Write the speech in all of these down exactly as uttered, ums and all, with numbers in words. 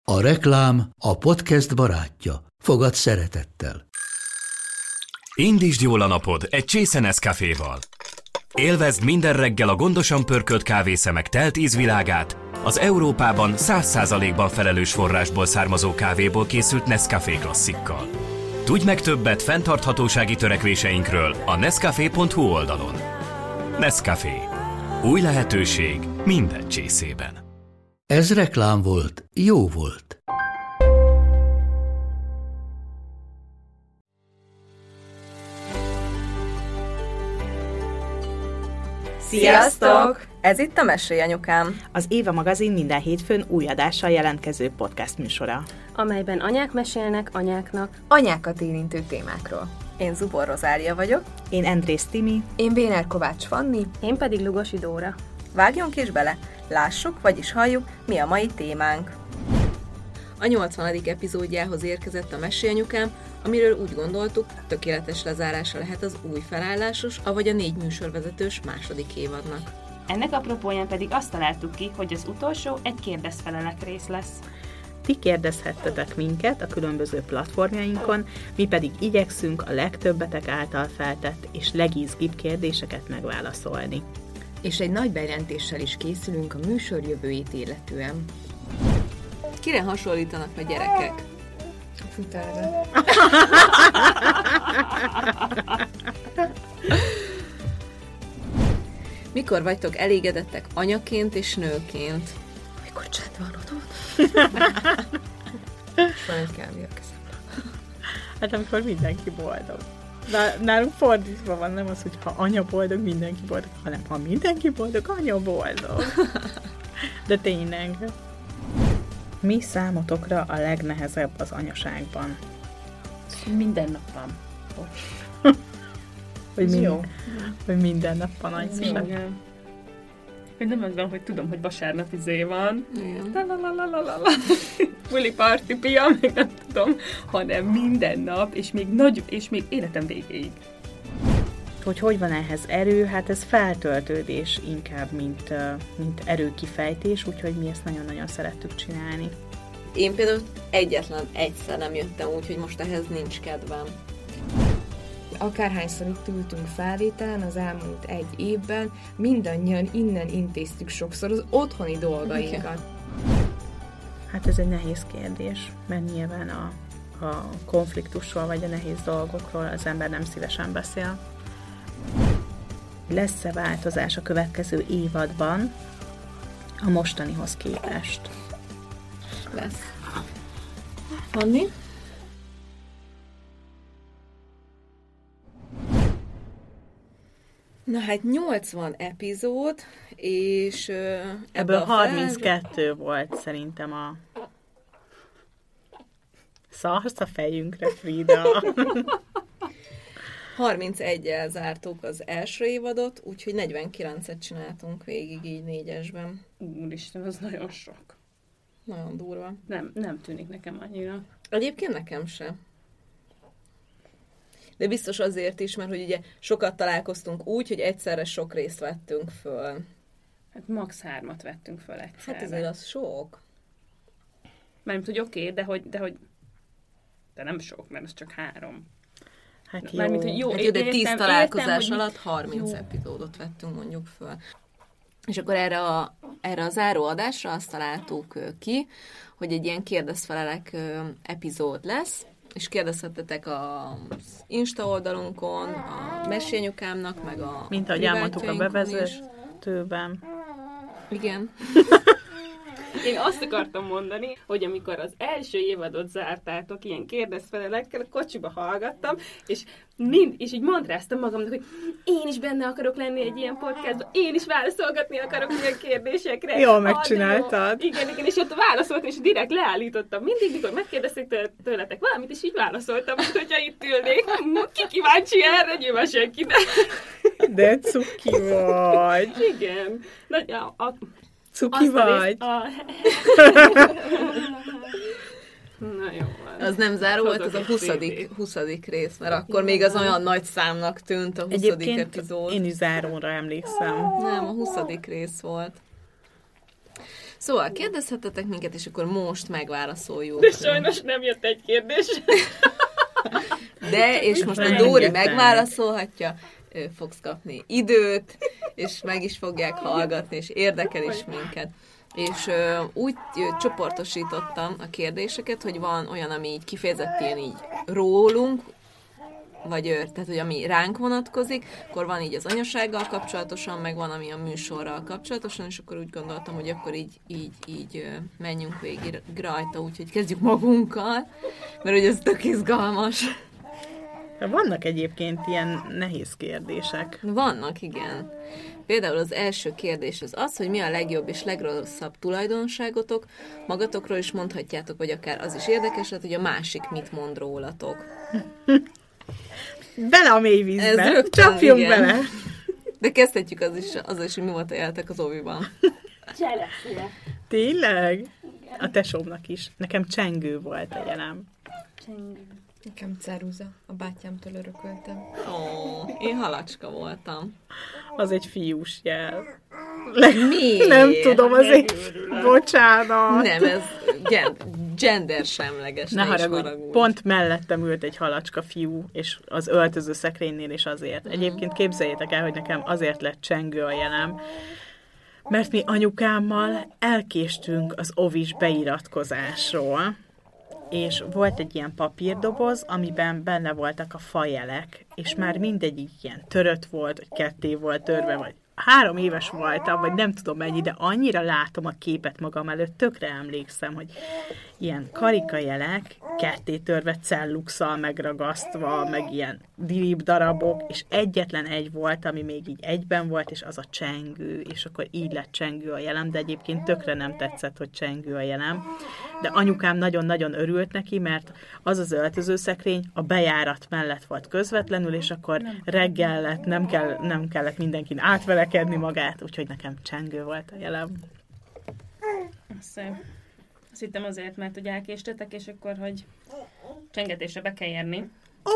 A reklám a podcast barátja. Fogad szeretettel. Indítsd jól a napod egy csésze Nescaféval. Élvezd minden reggel a gondosan pörkölt kávészemek telt ízvilágát, az Európában száz százalékban felelős forrásból származó kávéból készült Nescafé klasszikkal. Tudj meg többet fenntarthatósági törekvéseinkről a nescafé pont hu oldalon. Nescafé. Új lehetőség minden csészében. Ez reklám volt, jó volt. Sziasztok! Ez itt a Mesélj Anyukám, az Éva magazin minden hétfőn új adással jelentkező podcast műsora, amelyben anyák mesélnek anyáknak anyákat érintő témákról. Én Zubor Rozália vagyok. Én Endrész Timi. Én Béner Kovács Fanni. Én pedig Lugosi Dóra. Vágjunk is bele, lássuk, vagyis halljuk, mi a mai témánk. A nyolcvanadik epizódjához érkezett a Mesélj Anyukám, amiről úgy gondoltuk, tökéletes lezárása lehet az új felállásos, avagy a négy műsorvezetős második évadnak. Ennek apropóján pedig azt találtuk ki, hogy az utolsó egy kérdezfelelek rész lesz. Ti kérdezhettetek minket a különböző platformjainkon, mi pedig igyekszünk a legtöbbetek által feltett és legizgibb kérdéseket megválaszolni. És egy nagy bejelentéssel is készülünk a műsor jövőjét illetően. Kire hasonlítanak a gyerekek? A futára. Mikor vagytok elégedettek anyaként és nőként? Amikor csend van otthon. Van egy kávé a kezemre. Hát amikor mindenki boldog. De nálunk fordítva van, nem az, hogy ha anya boldog, mindenki boldog, hanem ha mindenki boldog, anya boldog. De tényleg. Mi számotokra a legnehezebb az anyaságban? Minden nap van. hogy, mind, jó. hogy minden nap van anyaság. Hogy nem az van, hogy tudom, hogy vasárnap izé van. Lalalalalala. Buli party pia, még nem tudom, hanem minden nap, és még nagy, és még életem végéig. Hogy hogy van ehhez erő? Hát ez feltöltődés inkább, mint, mint erőkifejtés, úgyhogy mi ezt nagyon-nagyon szerettük csinálni. Én például egyetlen egyszer nem jöttem úgy, hogy most ehhez nincs kedvem. Akárhányszor itt ültünk felvételen az elmúlt egy évben, mindannyian innen intéztük sokszor az otthoni dolgainkat. Hát ez egy nehéz kérdés, mert nyilván a, a konfliktusról vagy a nehéz dolgokról az ember nem szívesen beszél. Lesz-e változás a következő évadban a mostanihoz képest? Lesz. Fanni? Na hát nyolcvan epizód, és uh, ebből, ebből harminckettő fel... volt szerintem a szarsz a fejünkre, Frida. harmincegyel zártuk az első évadot, úgyhogy negyvenkilencet csináltunk végig így négyesben. Úristen, az nagyon sok. Nagyon durva. Nem, nem tűnik nekem annyira. Egyébként nekem se. De biztos azért is, mert hogy ugye sokat találkoztunk úgy, hogy egyszerre sok részt vettünk föl. Hát max. hármat vettünk föl egyszerre. Hát ezért az sok. Mármint, hogy oké, okay, de hogy, de hogy de nem sok, mert az csak három. Hát Mármint, hogy jó, hát jó, de értem, tíz találkozás értem, alatt harminc jó. epizódot vettünk mondjuk föl. És akkor erre a, erre a záró adásra azt találtuk ki, hogy egy ilyen kérdezfelelek epizód lesz, és kérdezhettetek az Insta oldalunkon, a Mesélj Anyukámnak, meg a mint ahogy elmondtuk a bevezetőben. Igen. Én azt akartam mondani, hogy amikor az első évadot zártátok ilyen kérdezfelelekkel, a kocsiba hallgattam, és, mind, és így mondráztam magamnak, hogy én is benne akarok lenni egy ilyen podcastban, én is válaszolgatni akarok ilyen kérdésekre. Jól megcsináltad. Jó. Igen, igen, és ott válaszoltam, és direkt leállítottam. Mindig, mikor megkérdezték tőletek valamit, és így válaszoltam, mint hogyha itt ülnék. Ki kíváncsi erre? Nyilván senki, de... De cuki vagy. Igen. Na, a, a, Cuki vagy. A... Na jó van. Az nem záró volt, az a huszadik, huszadik rész, mert akkor még az olyan nagy számnak tűnt a huszadik Egyébként epizód. Én is záróra emlékszem. Nem, a huszadik rész volt. Szóval kérdezhetetek minket, és akkor most megválaszoljuk. De sajnos nem jött egy kérdés. De, és most a Dóri megválaszolhatja, fogsz kapni időt, és meg is fogják hallgatni, és érdekel is minket. És ö, úgy ö, csoportosítottam a kérdéseket, hogy van olyan, ami így kifejezetten így rólunk, vagy ö, tehát, hogy ami ránk vonatkozik, akkor van így az anyasággal kapcsolatosan, meg van, ami a műsorral kapcsolatosan, és akkor úgy gondoltam, hogy akkor így, így, így ö, menjünk végig rajta, úgyhogy kezdjük magunkkal, mert hogy ez tök izgalmas. Vannak egyébként ilyen nehéz kérdések. Vannak, igen. Például az első kérdés az az, hogy mi a legjobb és legrosszabb tulajdonságotok. Magatokról is mondhatjátok, vagy akár az is érdekes lehet, hogy a másik mit mond rólatok. Bele a mély vízbe. Ez rögtön, csapjunk igen. bele. De kezdhetjük az is, az is, hogy mi volt a jeletek az óviban. Cseleszére. Tényleg? A tesómnak is. Nekem csengő volt a jelem. Csengő. Nekem ceruza. A bátyámtól örököltem. Ó, én halacska voltam. Az egy fiús jel. Leg... Miért? Nem tudom, az egy... Bocsánat. Nem, ez gen- gender semleges. Ne ne is haragudj. haragudj. Pont mellettem ült egy halacska fiú, és az öltöző szekrénynél is azért. Egyébként képzeljétek el, hogy nekem azért lett csengő a jelem, mert mi anyukámmal elkéstünk az ovis beiratkozásról, és volt egy ilyen papírdoboz, amiben benne voltak a fajelek, és már mindegyik ilyen törött volt, vagy ketté volt törve, vagy három éves voltam, vagy nem tudom mennyi, de annyira látom a képet magam előtt, tökre emlékszem, hogy ilyen karikajelek, ketté törve celluxal megragasztva, meg ilyen dirib darabok, és egyetlen egy volt, ami még így egyben volt, és az a csengő, és akkor így lett csengő a jelem, de egyébként tökre nem tetszett, hogy csengő a jelem. De anyukám nagyon-nagyon örült neki, mert az az öltözőszekrény a bejárat mellett volt közvetlenül, és akkor reggel lett, nem, kell, nem kellett mindenkin átvelekedni magát, úgyhogy nekem csengő volt a jelem. Szép. Azt hittem azért, mert hogy elkéstetek, és akkor, hogy csengetésre be kell érni.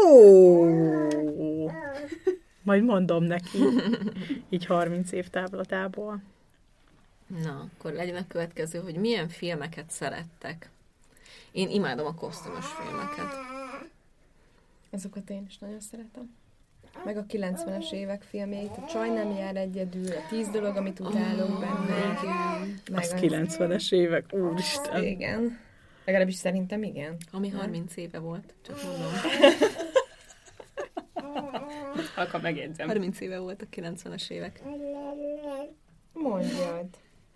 Ó, majd mondom neki, így harminc év távlatából. Na, akkor legyen a következő, hogy milyen filmeket szerettek. Én imádom a kosztümös filmeket. Azokat én is nagyon szeretem. Meg a kilencvenes évek filmjeit, a Csaj nem jár egyedül, a tíz dolog, amit utálok oh, benne. Meg az kilencvenes évek, úristen. Igen. Legalábbis szerintem igen. Ami harminc éve volt, csak mondom. Akkor megjegyzem. harminc éve volt a kilencvenes évek. Mondjad.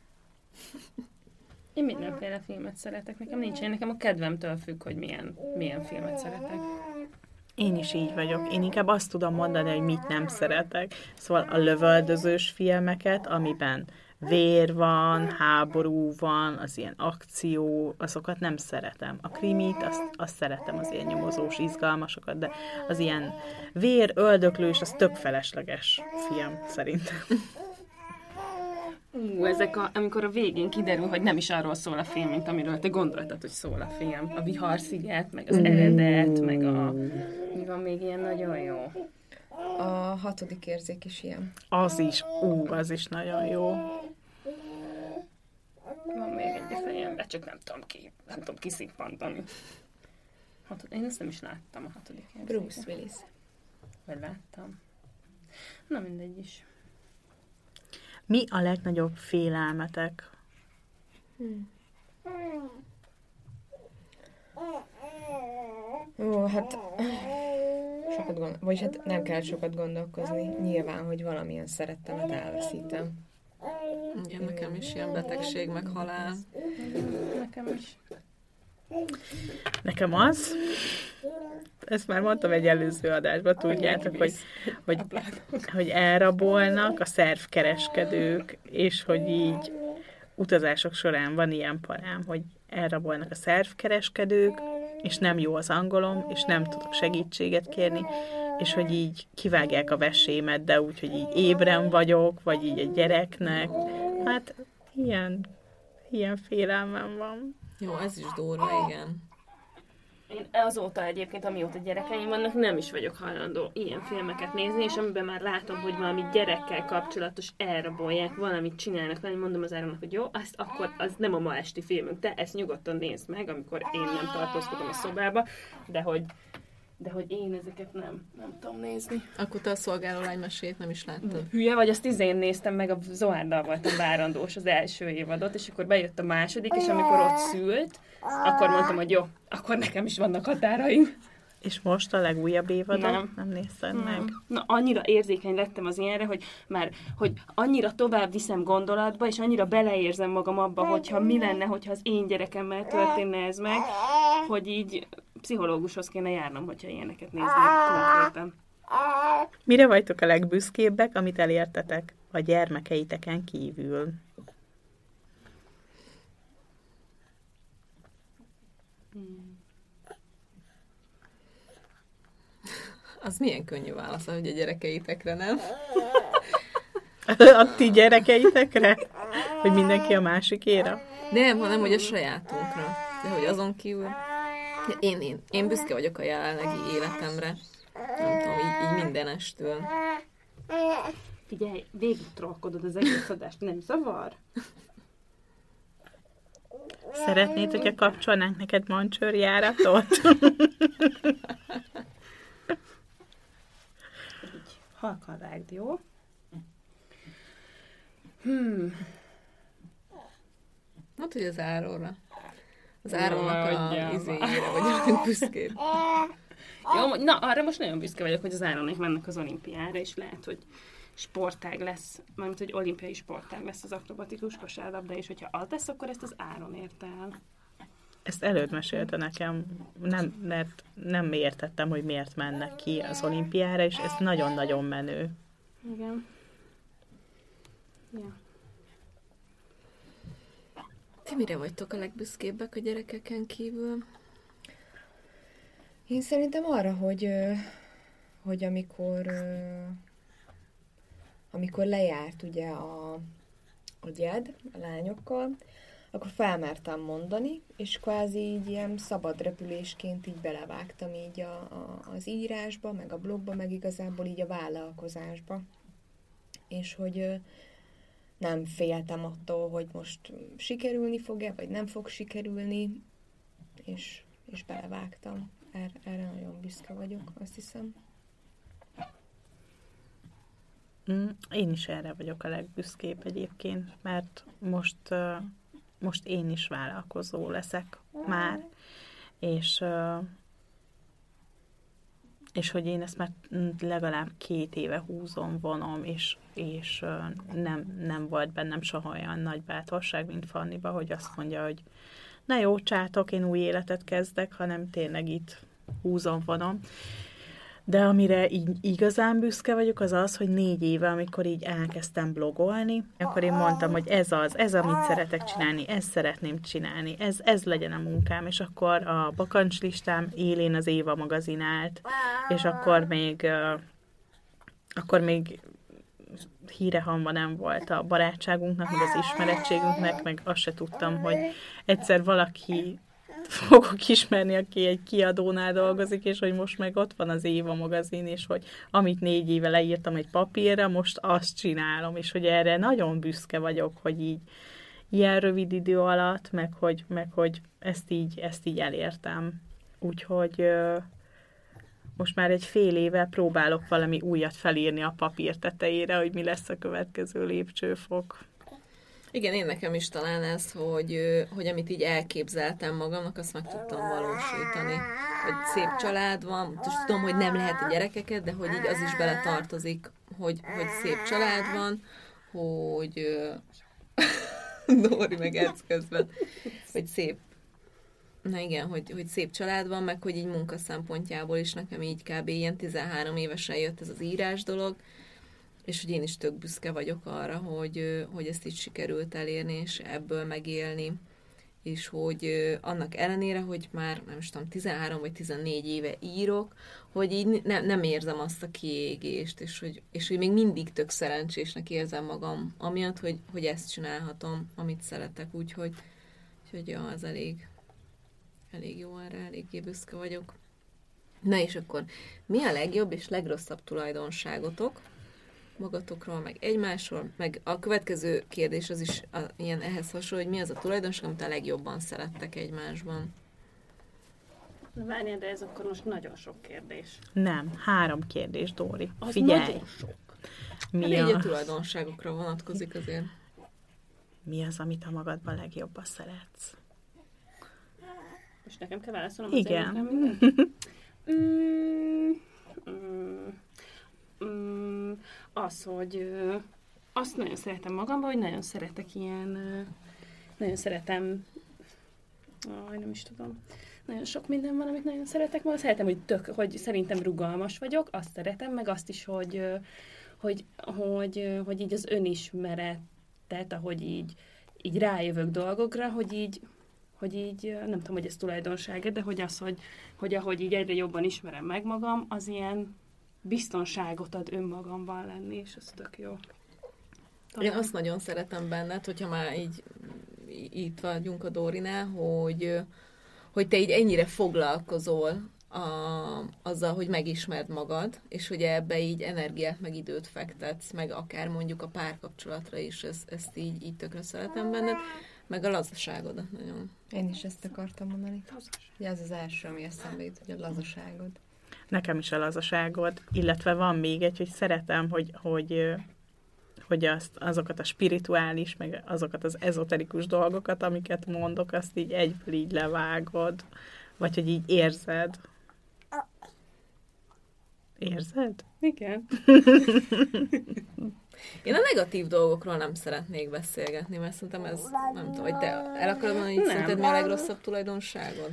Én mindenféle filmet szeretek. Nekem nincs, én nekem a kedvemtől függ, hogy milyen, milyen filmet szeretek. Én is így vagyok. Én inkább azt tudom mondani, hogy mit nem szeretek. Szóval a lövöldözős filmeket, amiben vér van, háború van, az ilyen akció, azokat nem szeretem. A krimit, azt, azt szeretem, az ilyen nyomozós, izgalmasokat, de az ilyen vér, öldöklős, az tök felesleges film, szerintem. Ú, ezek a, amikor a végén kiderül, hogy nem is arról szól a film, mint amiről te gondoltad, hogy szól a film. A Viharsziget, meg az eredet, meg a... Mi van még ilyen nagyon jó? A hatodik érzék is ilyen. Az is, ú, az is nagyon jó. Van még egy a fejemben, csak nem tudom ki, nem tudom kiszippantani. Hatod... Én ezt nem is láttam, a hatodik érzéket. Bruce Willis. Vagy láttam. Na mindegy is. Mi a legnagyobb félelmetek? Hmm. Ó, hát sokat gondol, vagyis hát nem kell sokat gondolkozni. Nyilván, hogy valamilyen szerettemet elveszítem. Igen, nekem is ilyen betegség, meg halál. Nekem is. Nekem az, ezt már mondtam egy előző adásban, tudjátok, hogy, hogy, hogy elrabolnak a szervkereskedők, és hogy így utazások során van ilyen parám, hogy elrabolnak a szervkereskedők, és nem jó az angolom, és nem tudok segítséget kérni, és hogy így kivágják a vesémet, de úgy, hogy így ébren vagyok, vagy így a gyereknek. Hát ilyen, ilyen félelmem van. Jó, ez is durva, igen. Én azóta egyébként, amióta gyerekeim vannak, nem is vagyok hajlandó ilyen filmeket nézni, és amiben már látom, hogy valami gyerekkel kapcsolatos elrabolják, valamit csinálnak, valami mondom az Áronnak, hogy jó, azt akkor az nem a ma esti filmünk, te ezt nyugodtan nézd meg, amikor én nem tartózkodom a szobába, de hogy, de hogy én ezeket nem, nem tudom nézni. Akkor te a szolgálólány mesét nem is láttad. Hülye vagy, azt izén néztem meg, a Zoárdal voltam várandós az első évadot, és akkor bejött a második, és amikor ott szült, akkor mondtam, hogy jó, akkor nekem is vannak határaim. És most a legújabb évadon Nem. nem nézted Hmm. meg? Na, annyira érzékeny lettem az ilyenre, hogy már, hogy annyira tovább viszem gondolatba, és annyira beleérzem magam abba, hogyha mi lenne, hogyha az én gyerekemmel történne ez meg, hogy így pszichológushoz kéne járnom, hogyha ilyeneket néznék konkrétan. Mire vagytok a legbüszkébbek, amit elértetek a gyermekeiteken kívül? Az milyen könnyű válasz, hogy a gyerekeitekre, nem? A ti gyerekeitekre? Hogy mindenki a másikéra? Nem, hanem hogy a sajátunkra. De hogy azon kívül... Én, én, én büszke vagyok a jelenlegi életemre. Nem tudom, így, így mindenestől. Figyelj, végig trollkodod az egész adást, nem zavar? Szeretnéd, hogyha kapcsolnánk neked mancsőrjáratot? Így halkan rágd, jó? Hmm. Hát, hogy az Áronra. Az Áronnak a Adjam. izéjére vagyok büszkébb. Jó, na, arra most nagyon büszke vagyok, hogy az Áronék mennek az olimpiára, és lehet, hogy sportág lesz, mármint, hogy olimpiai sportág lesz az akrobatikus kosárlabda, és hogyha az lesz, akkor ezt az Áron érte el. Ezt előtt mesélte nekem, nem, mert nem értettem, hogy miért mennek ki az olimpiára, és ez nagyon-nagyon menő. Igen. Ja. Ti mire vagytok a legbüszkébbek a gyerekeken kívül? Én szerintem arra, hogy, ö, hogy amikor, ö, amikor lejárt ugye a, a gyed a lányokkal, akkor felmertem mondani, és kvázi így ilyen szabad repülésként így belevágtam így a, a, az írásba, meg a blogba, meg igazából így a vállalkozásba. És hogy ö, nem féltem attól, hogy most sikerülni fog-e, vagy nem fog sikerülni, és, és belevágtam. Erre, erre nagyon büszke vagyok, azt hiszem. Én is erre vagyok a legbüszkébb egyébként, mert most, most én is vállalkozó leszek már, és, és hogy én ezt már legalább két éve húzom, vonom, és, és nem, nem volt bennem soha olyan nagy bátorság, mint Fanniba, hogy azt mondja, hogy na jó, csátok, én új életet kezdek, hanem tényleg itt húzom, vonom. De amire így igazán büszke vagyok, az az, hogy négy éve, amikor így elkezdtem blogolni, akkor én mondtam, hogy ez az, ez amit szeretek csinálni, ezt szeretném csinálni, ez, ez legyen a munkám, és akkor a bakancslistám élén az Éva magazin állt, és akkor még, uh, akkor még hírehamva nem volt a barátságunknak, meg az ismerettségünknek, meg azt se tudtam, hogy egyszer valaki fogok ismerni, aki egy kiadónál dolgozik, és hogy most meg ott van az Éva magazin, és hogy amit négy éve leírtam egy papírra, most azt csinálom, és hogy erre nagyon büszke vagyok, hogy így ilyen rövid idő alatt, meg hogy, meg hogy ezt, így, ezt így elértem. Úgyhogy most már egy fél éve próbálok valami újat felírni a papír tetejére, hogy mi lesz a következő lépcsőfok. Igen, én nekem is talán ez, hogy, hogy amit így elképzeltem magamnak, azt meg tudtam valósítani. Hogy szép család van, most tudom, hogy nem lehet a gyerekeket, de hogy így az is beletartozik, hogy, hogy szép család van, hogy Dóri meg ez közben, hogy szép, na igen, hogy, hogy szép család van, meg hogy így munka szempontjából is nekem így kb. Ilyen tizenhárom évesen jött ez az írás dolog, és hogy én is tök büszke vagyok arra, hogy, hogy ezt így sikerült elérni, és ebből megélni, és hogy annak ellenére, hogy már nem is tudom, tizenhárom vagy tizennégy éve írok, hogy így ne, nem érzem azt a kiégést, és hogy, és hogy még mindig tök szerencsésnek érzem magam, amiatt, hogy, hogy ezt csinálhatom, amit szeretek, úgyhogy, úgyhogy ja, az elég, elég jó erre, eléggé büszke vagyok. Na és akkor, mi a legjobb és legrosszabb tulajdonságotok magatokról, meg egymásról, meg a következő kérdés az is a, ilyen ehhez hasonló, hogy mi az a tulajdonság, amit a legjobban szerettek egymásban. Várjál, de ez akkor most nagyon sok kérdés. Nem, három kérdés, Dóri. Az Figyelj! nagyon sok. Mi, Hát így a, a tulajdonságokra vonatkozik azért. mi az, amit a magadban legjobban szeretsz? Most nekem kell válaszolnom? Igen. mm, mm, mm, az, hogy ö, azt nagyon szeretem magamban, hogy nagyon szeretek ilyen, ö, nagyon szeretem, aj, nem is tudom, nagyon sok minden van, amit nagyon szeretek magam. Szeretem, hogy, tök, hogy szerintem rugalmas vagyok, azt szeretem, meg azt is, hogy, ö, hogy, hogy, ö, hogy így az önismeretet, ahogy így, így rájövök dolgokra, hogy így, hogy így, nem tudom, hogy ez tulajdonsága, de hogy az, hogy, hogy ahogy így egyre jobban ismerem meg magam, az ilyen biztonságot ad önmagamban lenni, és az tök jó. Talán. Én azt nagyon szeretem benned, hogyha már így itt vagyunk a Dórinál, hogy, hogy te így ennyire foglalkozol a, azzal, hogy megismerd magad, és hogy ebbe így energiát, meg időt fektetsz, meg akár mondjuk a párkapcsolatra is, ezt, ezt így, így tökre szeretem benned, meg a lazaságodat nagyon. Én is ezt akartam mondani. Hogy ez az első, ami eszembe jut, hogy a lazaságod. Nekem is a lazaságod, illetve van még egy, hogy szeretem, hogy, hogy, hogy azt, azokat a spirituális, meg azokat az ezoterikus dolgokat, amiket mondok, azt így egyből így levágod, vagy hogy így érzed. Érzed? Igen. Én a negatív dolgokról nem szeretnék beszélgetni, mert szerintem ez, nem tudom, hogy te el akarod mondani, hogy szerinted mi a legrosszabb tulajdonságod?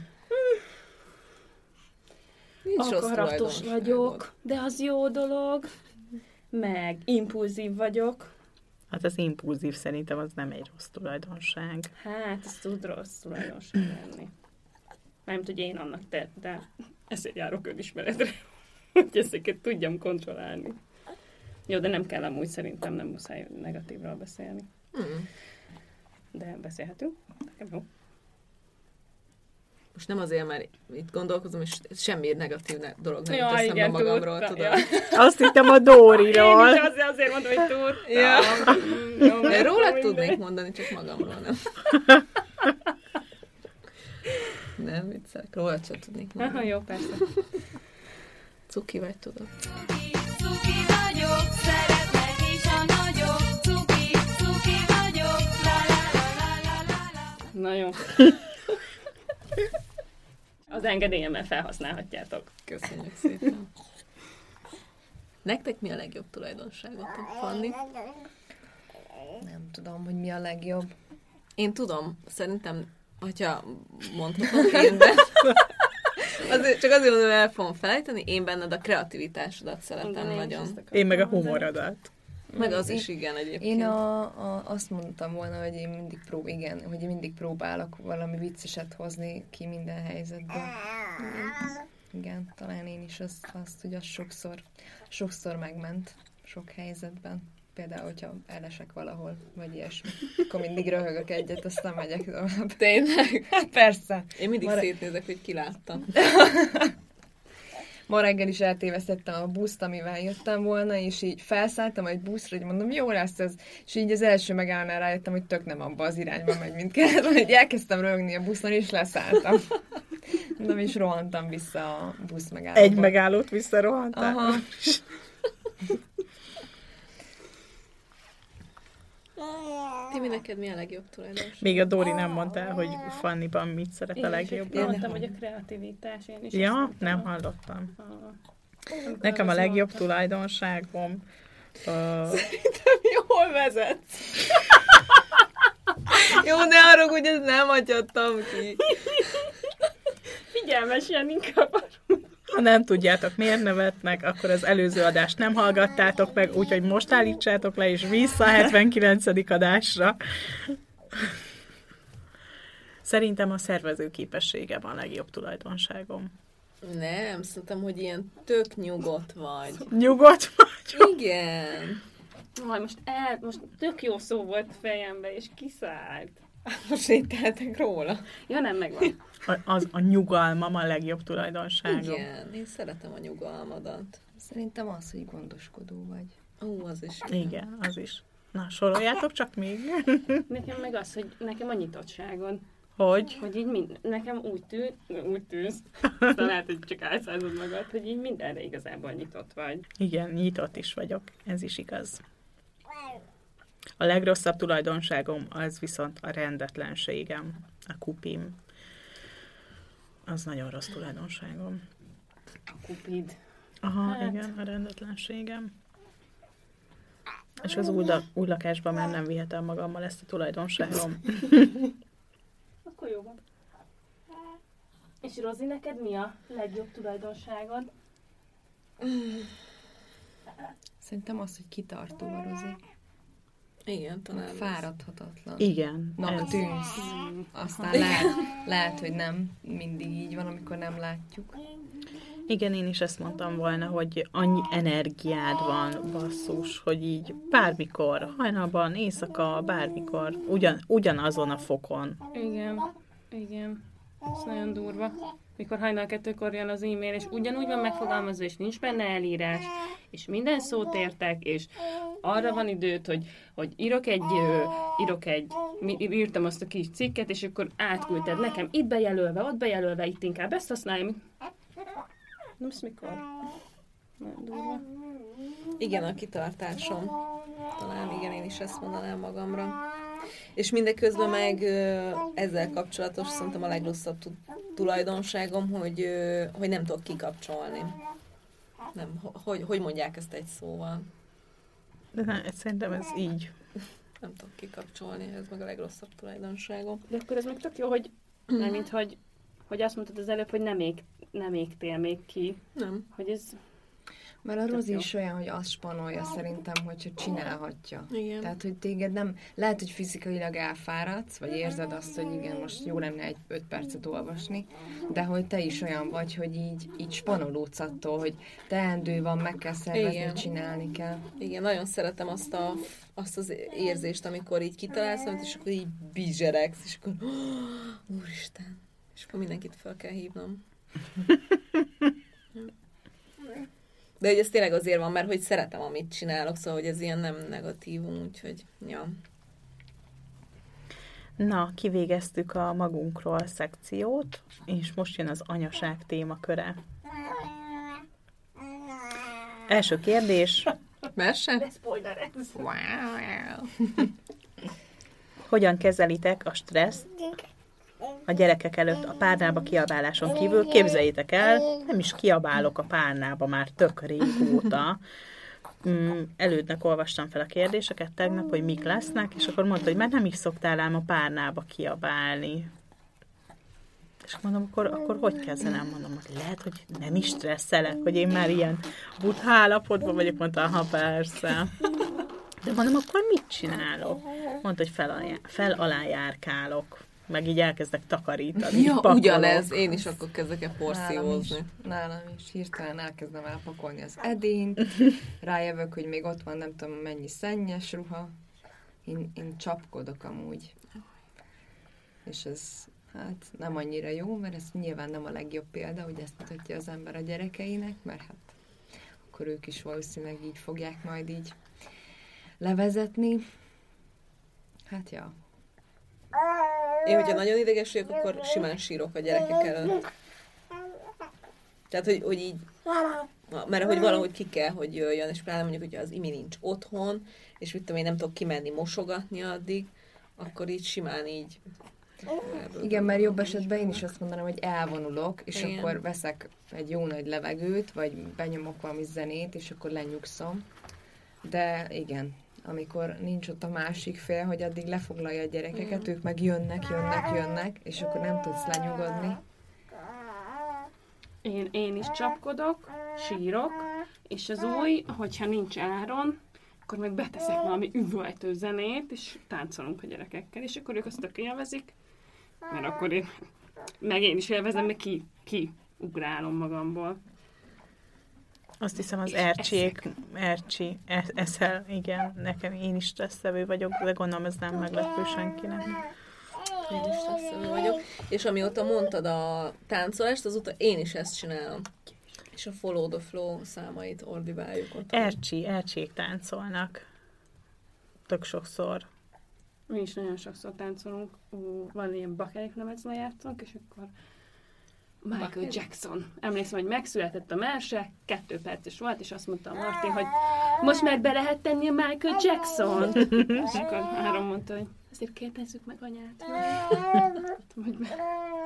Nincs rossz Akaratos tulajdonságod. vagyok, de az jó dolog. Meg impulzív vagyok. Hát az impulzív szerintem az nem egy rossz tulajdonság. Hát, ez tud rossz tulajdonság lenni. Mármint, hogy én annak te, de ezért járok önismeretre, hogy ezeket tudjam kontrollálni. Jó, de nem kell amúgy, szerintem nem muszáj negatívról beszélni. Hmm. De beszélhetünk. Nekem jó. Most nem azért, mert itt gondolkozom, és semmi negatív ne- dolog nem Ja, jut eszembe igen, magamról, tudtam, tudod. ja. Azt hittem a Dóriról. Én is azért, azért mondom, hogy tudtam. Ja. Jó, De rólad mindegy. tudnék mondani, csak magamról nem. Nem, viccelek. Rólad sem tudnék Aha, mondani. jó, persze. Cuki vagy, tudod. Cuki vagyok, szeretlek is a nagyok. Cuki, cuki vagyok, la la la la la la. Na jó. Az engedélyemmel felhasználhatjátok. Köszönjük szépen. Nektek mi a legjobb tulajdonságotok, Fanni? Nem tudom, hogy mi a legjobb. Én tudom, szerintem, hogyha mondhatom én benned, azért, csak azért mondom, hogy el fogom felejteni, én benned a kreativitásodat szeretem Igen, én is nagyon. ezt akartam Én meg a mondani. humorodat. Meg az is igen egyébként. Én a, a, azt mondtam volna, hogy én mindig prób, igen, hogy én mindig próbálok valami vicceset hozni ki minden helyzetből. Igen, igen, talán én is azt, azt hogy az sokszor, sokszor megment sok helyzetben. Például, hogyha elesek valahol, vagy ilyesmi. Akkor mindig röhögök egyet, aztán megyek tovább. Tényleg? Hát persze. Én mindig Mara- szétnézek, hogy ki láttam. Ma reggel is eltévesztettem a buszt, amivel jöttem volna, és így felszálltam egy buszra, hogy mondom, jó lesz ez. És így az első megállnál rájöttem, hogy tök nem abba az irányba megy, mint kellett, hogy elkezdtem röhögni a buszon, és leszálltam. Mondom, és rohantam vissza a busz megállóba. Egy megállót visszarohantál. Aha. Timi, neked mi a legjobb tulajdonság? Még a Dóri nem mondta el, hogy Fanniban mit szeret a Én is legjobban. mondtam, hogy a kreativitás, én is Ja, azt mondtam. nem hallottam. Ah. Nekem a Az legjobb mondta. tulajdonságom... Uh, Jól vezetsz. Jó, ne haragudj, ezt nem hagyhattam ki. Figyelmesen inkább. ha nem tudjátok, miért nevetnek, akkor az előző adást nem hallgattátok meg, úgyhogy most állítsátok le, és vissza a hetvenkillencedik adásra. Szerintem a szervező képessége van a legjobb tulajdonságom. Nem, szerintem, hogy ilyen tök nyugodt vagy. Nyugodt vagy? Igen. Aj, most, el, most tök jó szó volt fejembe, és kiszállt. Most sétáltak róla. Ja, nem, megvan. A, az a nyugalmam a legjobb tulajdonságom. Igen, én szeretem a nyugalmadat. Szerintem az, hogy gondoskodó vagy. Ó, az is. Igen, az is. Na, soroljátok csak még. Nekem meg az, hogy nekem a nyitottságon. Hogy? Hogy így mind, nekem úgy tűn, úgy tűnsz, aztán lehet, hogy csak álszázod magad, hogy így mindenre igazából nyitott vagy. Igen, nyitott is vagyok. Ez is igaz. A legrosszabb tulajdonságom az viszont a rendetlenségem, a kupim. Az nagyon rossz tulajdonságom. A kupid. Aha, Hát. igen, a rendetlenségem. És az új, la- új lakásban már nem vihetem magammal ezt a tulajdonságom. Akkor jó van. És Rozi, neked mi a legjobb tulajdonságod? Szerintem az, hogy kitartó a Rozi. Igen, talán. Fáradhatatlan. Igen. Nap ez- tűnsz. Aztán lehet, lehet, hogy nem mindig így van, amikor nem látjuk. Igen, én is ezt mondtam volna, hogy annyi energiád van, basszus, hogy így bármikor, hajnalban, éjszaka, bármikor, ugyan, ugyanazon a fokon. Igen, igen. Ez nagyon durva. Mikor hajnal kettőkor jön az e-mail, és ugyanúgy van megfogalmazva, és nincs benne elírás, és minden szót értek, és arra van időt, hogy, hogy írok egy, ö, írok egy, mi- írtam azt a kis cikket, és akkor átküldted nekem itt bejelölve, ott bejelölve, itt inkább ezt használom. Nemsz mikor? Nagyon durva. Igen, a kitartásom. Talán igen, én is ezt mondanám magamra. És mindeközben meg ö, ezzel kapcsolatos szerintem a legrosszabb tu- tulajdonságom, hogy, ö, hogy nem tudok kikapcsolni. Nem, ho- hogy, hogy mondják ezt egy szóval? De nem, szerintem ez így. Nem tudok kikapcsolni, ez meg a legrosszabb tulajdonságom. De akkor ez meg tök jó, hogy, nem, mint hogy, hogy azt mondtad az előbb, hogy nem, ég, nem égtél még ki. Nem. Hogy ez... Mert a Rozi jó. is olyan, hogy azt spanolja szerintem, hogyha csinálhatja. Igen. Tehát, hogy téged nem, lehet, hogy fizikailag elfáradsz, vagy érzed azt, hogy igen, most jó lenne egy öt percet olvasni, de hogy te is olyan vagy, hogy így, így spanolódsz attól, hogy teendő van, meg kell szervezni, Igen. csinálni kell. Igen, nagyon szeretem azt, a, azt az érzést, amikor így kitalálsz valamit, és akkor így bizseregsz, és akkor oh, úristen, és akkor mindenkit fel kell hívnom. De hogy ez tényleg azért van, mert hogy szeretem, amit csinálok, szóval hogy ez ilyen nem negatívum, úgyhogy, ja. Na, kivégeztük a magunkról szekciót, és most jön az anyaság témaköre. Első kérdés. Mese? Spoiler ez. Wow. Hogyan kezelitek a stresszt a gyerekek előtt a párnába kiabáláson kívül? Képzeljétek el, nem is kiabálok a párnába már tök régóta. Mm, elődnek olvastam fel a kérdéseket tegnap, hogy mik lesznek, és akkor mondta, hogy már nem is szoktál ám a párnába kiabálni. És mondom, akkor, akkor hogy kezelem? Mondom, hogy lehet, hogy nem is stresszelek, hogy én már ilyen butha állapotban vagyok, mondta, ha persze. De mondom, akkor mit csinálok? Mondta, hogy fel alá, fel alá járkálok, meg így elkezdek takarítani. Ja, pakolok. ugyanez, én is akkor kezdek el Nálam is, porszívózni. nálam is hirtelen elkezdem elpakolni az edényt, rájövök, hogy még ott van nem tudom mennyi szennyes ruha, én, én csapkodok amúgy. És ez hát nem annyira jó, mert ez nyilván nem a legjobb példa, hogy ezt mutatja az ember a gyerekeinek, mert hát akkor ők is valószínűleg így fogják majd így levezetni. Hát ja. Én, hogyha nagyon ideges vagyok, akkor simán sírok a gyerekek előtt. Tehát, hogy, hogy így, mert hogy valahogy ki kell, hogy jöjjön, és pláne mondjuk, hogyha az Imi nincs otthon, és mit tudom én, nem tudok kimenni mosogatni addig, akkor így simán így... Igen, mert jobb esetben én is azt mondanám, hogy elvonulok, és Igen. akkor veszek egy jó nagy levegőt, vagy benyomok valami zenét, és akkor lenyugszom. De igen, amikor nincs ott a másik fél, hogy addig lefoglalja a gyerekeket, ők meg jönnek, jönnek, jönnek, és akkor nem tudsz lenyugodni. Én, én is csapkodok, sírok, és az új, hogyha nincs áron, akkor meg beteszek valami üvöltő zenét, és táncolunk a gyerekekkel, és akkor ők azt tök élvezik, mert akkor én, meg én is élvezem, meg ki, ki ugrálom magamból. Azt hiszem az És Ercsiék, Ercsi, e- eszel, igen, nekem én is stresszevő vagyok, de gondolom ez nem meglepő senkinek. Én is stresszövő vagyok. És amióta mondtad a táncolást, azóta én is ezt csinálom. És a Follow the Flow számait ordibáljuk ott. Ercsi, ercsiek táncolnak. Tök sokszor. Mi is nagyon sokszor táncolunk. Ú, van ilyen bakelik lemezen játszunk, és akkor Michael Bakelik? Jackson. Emlékszem, hogy megszületett a merse, kettő perces volt, és azt mondta a Martin, hogy most már be lehet tenni a Michael Jackson. És akkor Áron mondta, hogy azért kérdezzük meg anyát. Hogy be.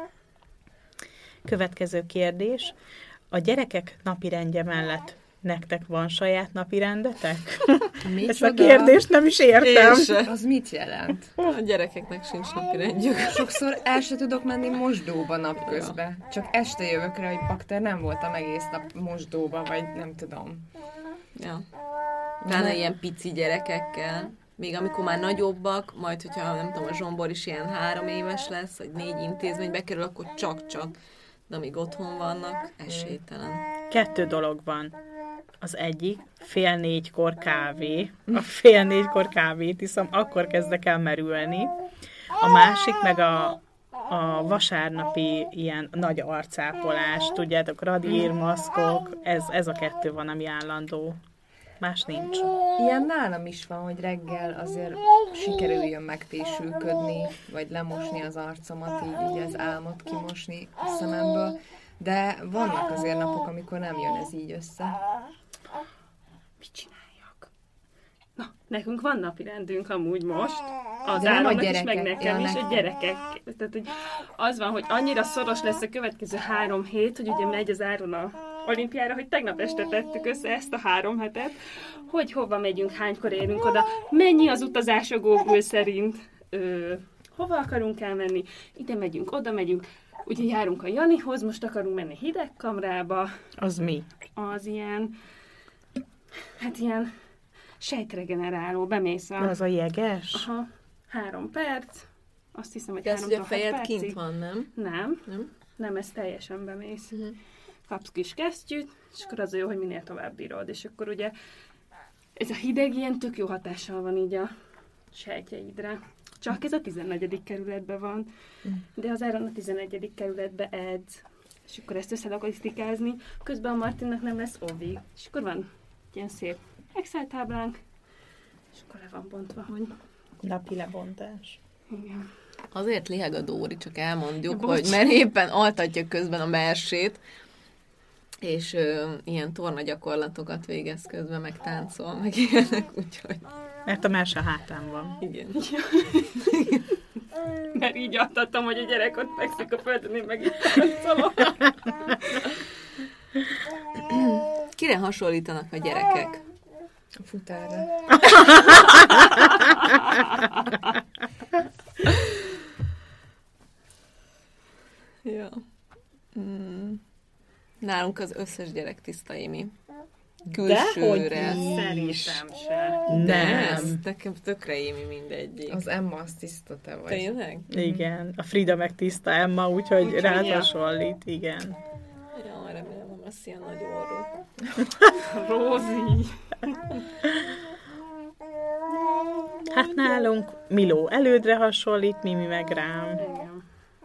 Következő kérdés. A gyerekek napirendje mellett nektek van saját napirendetek? Ezt a kérdést nem is értem. Én se. Az mit jelent? A gyerekeknek sincs napirendjük. Sokszor el se tudok menni mosdóba napközben. Csak este jövök rá, hogy bakter nem voltam egész nap mosdóba, vagy nem tudom. Ja. Pláne ilyen pici gyerekekkel. Még amikor már nagyobbak, majd hogyha nem tudom, a Zsombor is ilyen három éves lesz, vagy négy intézménybe kerül, akkor csak-csak. De amíg otthon vannak, esélytelen. Kettő dolog van. Az egyik, fél négykor kávé. A fél négykor kávét iszom, akkor kezdek el merülni. A másik meg a, a vasárnapi ilyen nagy arcápolás, tudjátok, radír, maszkok, ez, ez a kettő van, ami állandó. Más nincs. Ilyen nálam is van, hogy reggel azért sikerüljön megpésülködni, vagy lemosni az arcomat, így, így az álmot kimosni a szememből. De vannak azért napok, amikor nem jön ez így össze. Mit csináljak? Na, nekünk van napirendünk amúgy most. Az De nem a Áronnak is, meg gyerekek. nekem Ja, is, a nekem. gyerekek. Tehát, hogy az van, hogy annyira szoros lesz a következő három hét, hogy ugye megy az Áron a olimpiára, hogy tegnap este tettük össze ezt a három hetet, hogy hova megyünk, hánykor érünk oda, mennyi az utazás a Google szerint, ö, hova akarunk elmenni, ide megyünk, oda megyünk, ugye járunk a Janihoz, most akarunk menni hidegkamrába, Az mi? az ilyen, hát ilyen sejtregeneráló, bemész a... Az a jeges? Aha, három perc, azt hiszem, hogy Ez, három hogy a fejed kint van, nem? Nem, Nem? nem, ez teljesen bemész. Uh-huh. Kapsz kis kesztyűt, és akkor az a jó, hogy minél tovább bírod. És akkor ugye ez a hideg ilyen tök jó hatással van így a sejtjeidre. Csak ez a tizennegyedik kerületben van, de az Áron a tizennegyedik kerületbe edz, és akkor ezt összelakatisztikázni. Közben a Martinnak nem lesz ovi, és akkor van egy ilyen szép Excel táblánk, és akkor le van bontva, hogy Napi lebontás. igen. Azért liheg a Dóri, csak elmondjuk, Bocs. hogy mert éppen altatja közben a mersét, és ö, ilyen torna gyakorlatokat végez közben, meg táncol, meg ilyenek, úgyhogy Mert a merse hátán van. igen. Mert így adtattam, hogy a gyerek ott fekszik a földön, én meg így táncolok. Kire hasonlítanak a gyerekek? A futárra. Ja. Mm. Nálunk az összes gyerek tiszta Émi. Külsőre. Szerintem se. De Nem. ez nekem tökre Émi mindegyik. Az Emma, az tiszta te vagy. Tényleg? Igen. A Frida meg tiszta Emma, úgyhogy Úgyhogy rád ja. hasonlít, igen. Ja, remélem, nem lesz ilyen nagy orrú. Rózi. Hát nálunk Miló elődre hasonlít, Mimi meg rám. Igen.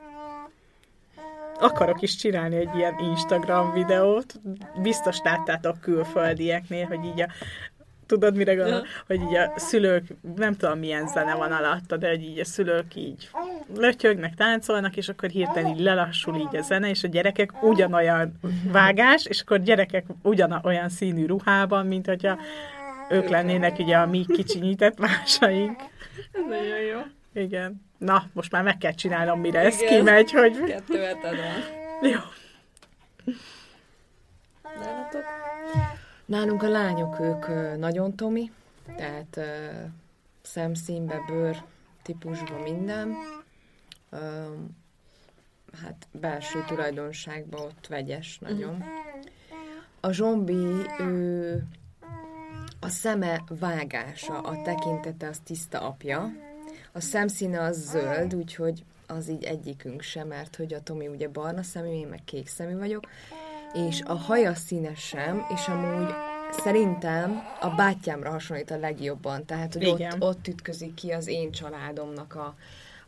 Akarok is csinálni egy ilyen Instagram videót. Biztos láttátok külföldieknél, hogy így a... Tudod, mire gondol? Ja. Hogy így a szülők, nem tudom milyen zene van alatta, de hogy így a szülők így lötyögnek, táncolnak, és akkor hirtelen így lelassul így a zene, és a gyerekek ugyanolyan vágás, és akkor gyerekek ugyanolyan színű ruhában, mint hogyha ők lennének ugye a mi kicsinyített másaink. Ez nagyon jó. Igen. Na, most már meg kell csinálnom, mire ez Igen. kimegy, hogy... Kettő heted van. Jó. Nálatok? Nálunk a lányok, ők ö, nagyon tomi, tehát ö, szemszínbe, bőr típusban minden. Ö, hát belső tulajdonságban ott vegyes nagyon. A Zsombi, ő a szeme vágása, a tekintete az tiszta apja. A szemszíne az zöld, úgyhogy az így egyikünk sem, mert hogy a Tomi ugye barna szemű, én meg kék szemű vagyok. És a haja színe sem, és amúgy szerintem a bátyámra hasonlít a legjobban. Tehát, hogy Igen. ott, ott ütközik ki az én családomnak a,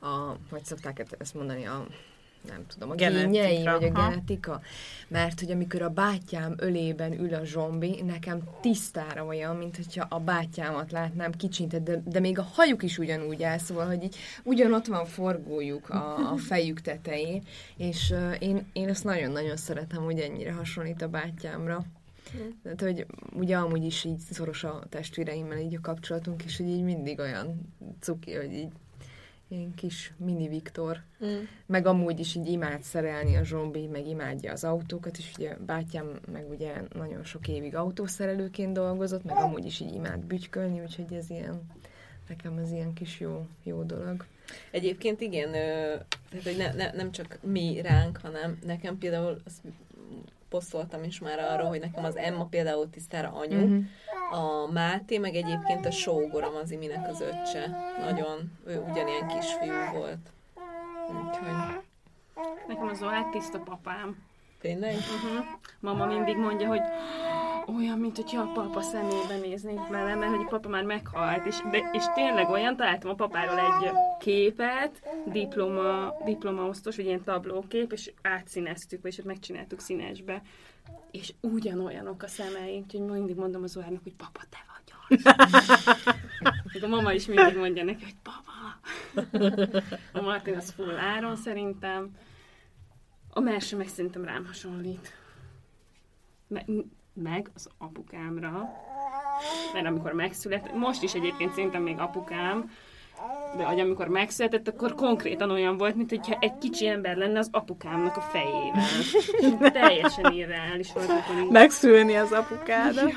a, hogy szokták ezt mondani, a nem tudom, a Genetika. génjei, vagy a Aha. genetika, mert hogy amikor a bátyám ölében ül a zsombi, nekem tisztára olyan, mint hogyha a bátyámat látnám kicsintet, de, de még a hajuk is ugyanúgy áll, szóval, hogy így ugyanott van forgójuk a, a fejük tetején, és uh, én, én ezt nagyon-nagyon szeretem, hogy ennyire hasonlít a bátyámra. Tehát, hogy ugye amúgy is így szoros a testvéreimmel így a kapcsolatunk, és hogy így mindig olyan cuki, hogy így ilyen kis mini Viktor. Mm. Meg amúgy is így imád szerelni a zsombi, meg imádja az autókat, és ugye bátyám meg ugye nagyon sok évig autószerelőként dolgozott, meg amúgy is így imád bütykölni, úgyhogy ez ilyen, nekem ez ilyen kis jó, jó dolog. Egyébként igen, ö, tehát, hogy ne, ne, nem csak mi ránk, hanem nekem például, azt posztoltam is már arról, hogy nekem az Emma például tisztára anyu, mm-hmm. a Máté, meg egyébként a sógorom az Iminek az öccse. Nagyon, ő ugyanilyen kisfiú volt. Úgyhogy... Nekem az Zoát tiszta papám. Tényleg? Uh-huh. Mama mindig mondja, hogy olyan, mint hogyha a papa szemébe néznék velem, mert hogy a papa már meghalt, és, de, és tényleg olyan, találtam a papáról egy képet, diploma, diplomaosztos, vagy ilyen tablókép, és átszíneztük, vagyis megcsináltuk színesbe, és ugyanolyanok a szemei, úgyhogy mindig mondom az Zoárnak, hogy papa, te vagy az. A mama is mindig mondja neki, hogy papa. A Martin az full Áron szerintem. A Merse meg szerintem rám hasonlít. Me- meg az apukámra. Mert amikor megszületett, most is egyébként szerintem még apukám, de hogy amikor megszületett, akkor konkrétan olyan volt, mint hogyha egy kicsi ember lenne az apukámnak a fejével. Teljesen irreális volt. Amikor... Megszülni az apukádat.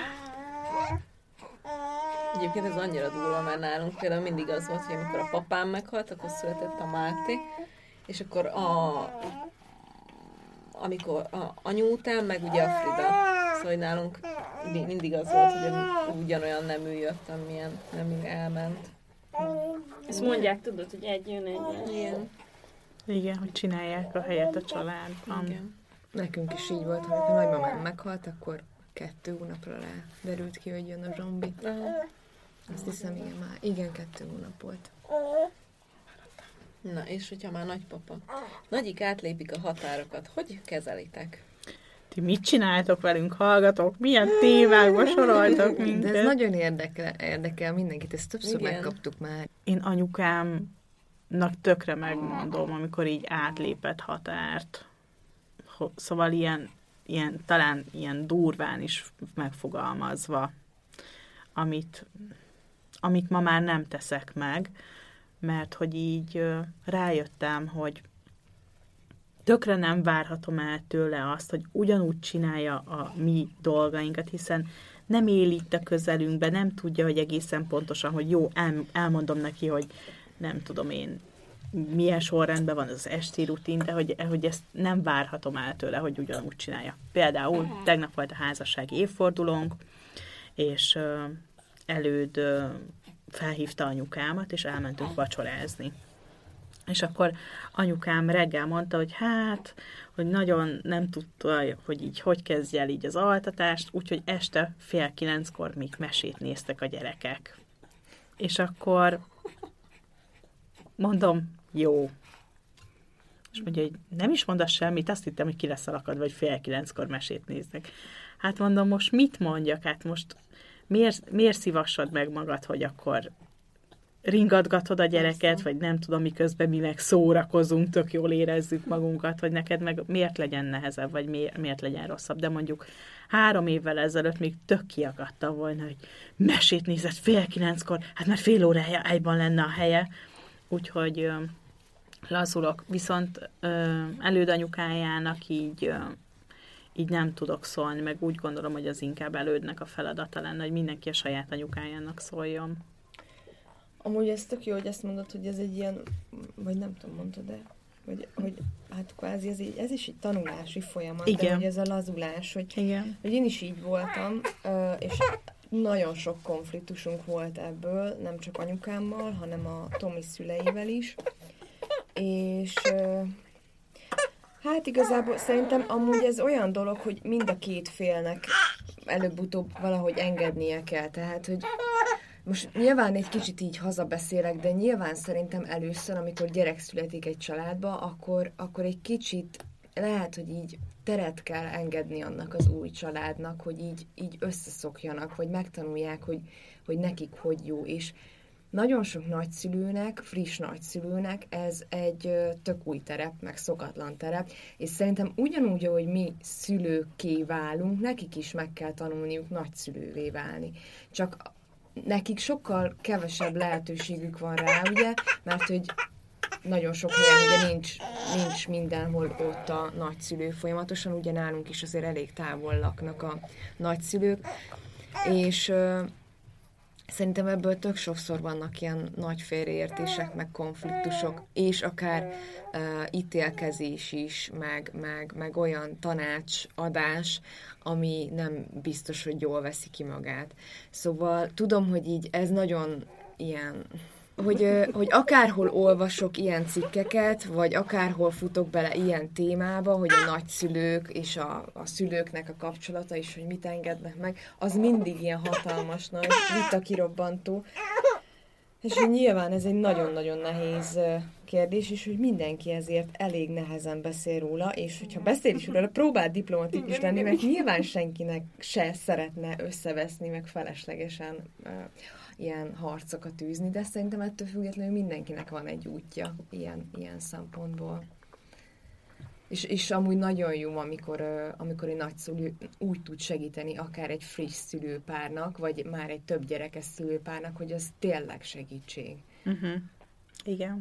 Egyébként ez annyira durva, mert nálunk például mindig az volt, hogy amikor a papám meghalt, akkor született a Máté, és akkor a... amikor a anyu után, meg ugye a Frida. Szóval hogy nálunk mindig az volt, hogy ugyanolyan nemű jött, amilyen nemű elment. Ezt mondják, tudod, hogy egy jön, egy jön. Igen. Igen, hogy csinálják a helyet a családban. Igen. Nekünk is így volt, amikor a nagymamám meghalt, akkor kettő hónapra rá derült ki, hogy jön a zsombi. Aha. Azt hiszem, igen, már igen, kettő hónap volt. Na, és hogyha már nagypapa. Nagyik átlépik a határokat, hogy kezelitek? Ti mit csináltok velünk, hallgatók? Milyen témákba soroltok De minket? ez nagyon érdekel, érdekel mindenkit, ezt többször Igen. megkaptuk már. Én anyukámnak tökre megmondom, amikor így átlépett határt. Ho- Szóval ilyen, ilyen, talán ilyen durván is megfogalmazva, amit, amit ma már nem teszek meg, mert hogy így ö, rájöttem, hogy tökre nem várhatom el tőle azt, hogy ugyanúgy csinálja a mi dolgainkat, hiszen nem él itt a közelünkben, nem tudja, hogy egészen pontosan, hogy jó, el, elmondom neki, hogy nem tudom én, milyen sorrendben van az esti rutin, de hogy, hogy ezt nem várhatom el tőle, hogy ugyanúgy csinálja. Például tegnap volt a házassági évfordulónk, és ö, előd ö, felhívta anyukámat, és elmentünk vacsorázni. És akkor anyukám reggel mondta, hogy hát, hogy nagyon nem tudta, hogy így hogy kezdje el így az altatást, úgyhogy este fél kilenckor még mesét néztek a gyerekek. És akkor mondom, jó. És mondja, hogy nem is mondasz semmit, azt hittem, hogy ki lesz alakadva, vagy fél kilenckor mesét néznek. Hát mondom, most mit mondjak? Hát most miért, miért szívassad meg magad, hogy akkor ringatgatod a gyereket, vagy nem tudom, miközben mi meg szórakozunk, tök jól érezzük magunkat, vagy neked meg miért legyen nehezebb, vagy miért, miért legyen rosszabb. De mondjuk három évvel ezelőtt még tök kiakadtam volna, hogy mesét nézett fél kilenckor, hát már fél órája egyban lenne a helye. Úgyhogy ö, lazulok. Viszont ö, elődanyukájának így, ö, így nem tudok szólni, meg úgy gondolom, hogy az inkább elődnek a feladata lenne, hogy mindenki a saját anyukájának szóljon. Amúgy ez tök jó, hogy ezt mondod, hogy ez egy ilyen, vagy nem tudom, mondtad, de hogy, hogy hát kvázi ez, így, ez is egy tanulási folyamat, Igen. de hogy ez a lazulás, hogy, Igen. hogy én is így voltam, és nagyon sok konfliktusunk volt ebből, nem csak anyukámmal, hanem a Tomi szüleivel is, és hát igazából szerintem amúgy ez olyan dolog, hogy mind a két félnek előbb-utóbb valahogy engednie kell, tehát, hogy most nyilván egy kicsit így hazabeszélek, de nyilván szerintem először, amikor gyerek születik egy családba, akkor, akkor egy kicsit lehet, hogy így teret kell engedni annak az új családnak, hogy így, így összeszokjanak, vagy megtanulják, hogy, hogy nekik hogy jó, és nagyon sok nagyszülőnek, friss nagyszülőnek ez egy ö, tök új terep, meg szokatlan terep, és szerintem ugyanúgy, ahogy mi szülőkké válunk, nekik is meg kell tanulniuk nagyszülővé válni. Csak nekik sokkal kevesebb lehetőségük van rá, ugye, mert hogy nagyon sok helyen ugye nincs, nincs mindenhol ott a nagyszülő folyamatosan, ugye nálunk is azért elég távol laknak a nagyszülők, és ö, szerintem ebből tök sokszor vannak ilyen nagy félreértések, meg konfliktusok, és akár uh, ítélkezés is, meg, meg, meg olyan tanácsadás, ami nem biztos, hogy jól veszi ki magát. Szóval tudom, hogy így ez nagyon ilyen... Hogy, hogy akárhol olvasok ilyen cikkeket, vagy akárhol futok bele ilyen témába, hogy a nagyszülők és a, a szülőknek a kapcsolata is, hogy mit engednek meg, az mindig ilyen hatalmas nagy vitakirobbantó. És hogy nyilván ez egy nagyon-nagyon nehéz kérdés, és hogy mindenki ezért elég nehezen beszél róla, és hogyha beszél is róla, próbál diplomatikus lenni, mert nyilván senkinek se szeretne összeveszni, meg feleslegesen uh, ilyen harcokat űzni, de szerintem ettől függetlenül mindenkinek van egy útja ilyen, ilyen szempontból. És, és amúgy nagyon jó, amikor, uh, amikor egy nagyszülő úgy tud segíteni akár egy friss szülőpárnak, vagy már egy több gyerekes szülőpárnak, hogy az tényleg segítség. Uh-huh. Igen.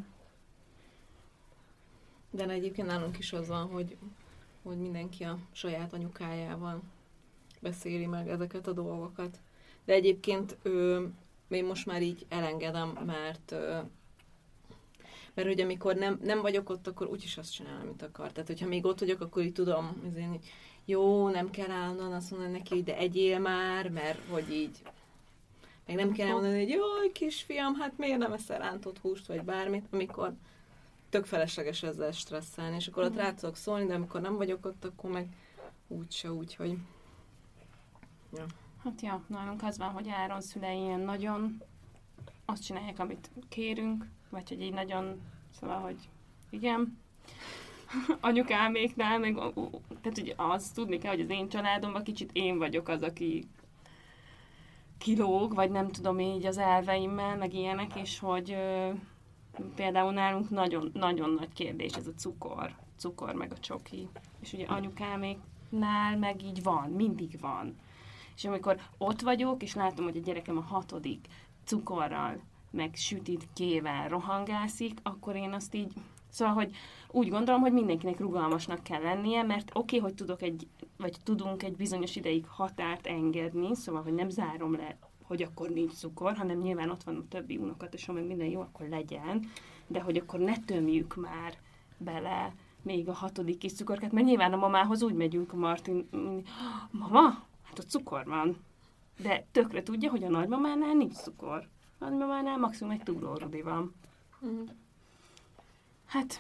De egyébként nálunk is az van, hogy, hogy mindenki a saját anyukájával beszéli meg ezeket a dolgokat. De egyébként ő, én most már így elengedem, mert, mert hogy amikor nem, nem vagyok ott, akkor úgyis azt csinálom, amit akar. Tehát, hogyha még ott vagyok, akkor így tudom, azért, hogy jó, nem kell állandóan azt mondani neki, hogy de egyél már, mert hogy így meg nem kell mondani, hogy jaj, kisfiam, hát miért nem eszel rántott húst, vagy bármit, amikor tök felesleges ezzel stresszelni, és akkor ott rá tudok szólni, de amikor nem vagyok ott, akkor meg úgyse, úgyhogy... Ja. Hát ja, nálunk az van, hogy Áron szülei ilyen nagyon azt csinálják, amit kérünk, vagy hogy így nagyon, szóval, hogy igen, anyukáméknál, meg, tehát hogy azt tudni kell, hogy az én családomban kicsit én vagyok az, aki kilóg, vagy nem tudom így az elveimmel, meg ilyenek, és hogy ö, például nálunk nagyon, nagyon nagy kérdés ez a cukor, cukor meg a csoki, és ugye anyukáméknál meg így van, mindig van. És amikor ott vagyok, és látom, hogy a gyerekem a hatodik cukorral, meg sütitkével rohangászik, akkor én azt így... Szóval, hogy úgy gondolom, hogy mindenkinek rugalmasnak kell lennie, mert oké, okay, hogy tudok egy, vagy tudunk egy bizonyos ideig határt engedni, szóval, hogy nem zárom le, hogy akkor nincs cukor, hanem nyilván ott van a többi unokat, és ha meg minden jó, akkor legyen, de hogy akkor ne tömjük már bele még a hatodik kis cukorkát, mert nyilván a mamához úgy megyünk, a Martin, mama, hát ott cukor van. De tökre tudja, hogy a nagymamánál nincs cukor. A nagymamánál maximum egy túlórudi van. Mm. Hát,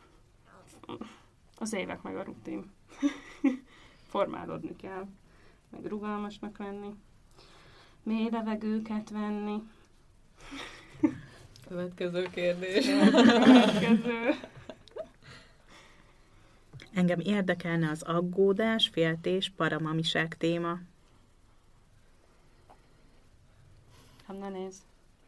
az évek meg a rutin. Formálódni kell. Meg rugalmasnak lenni. Mély levegőket venni. Következő kérdés. Következő. Engem érdekelne az aggódás, féltés, paramamiság téma. Hát ne nézz.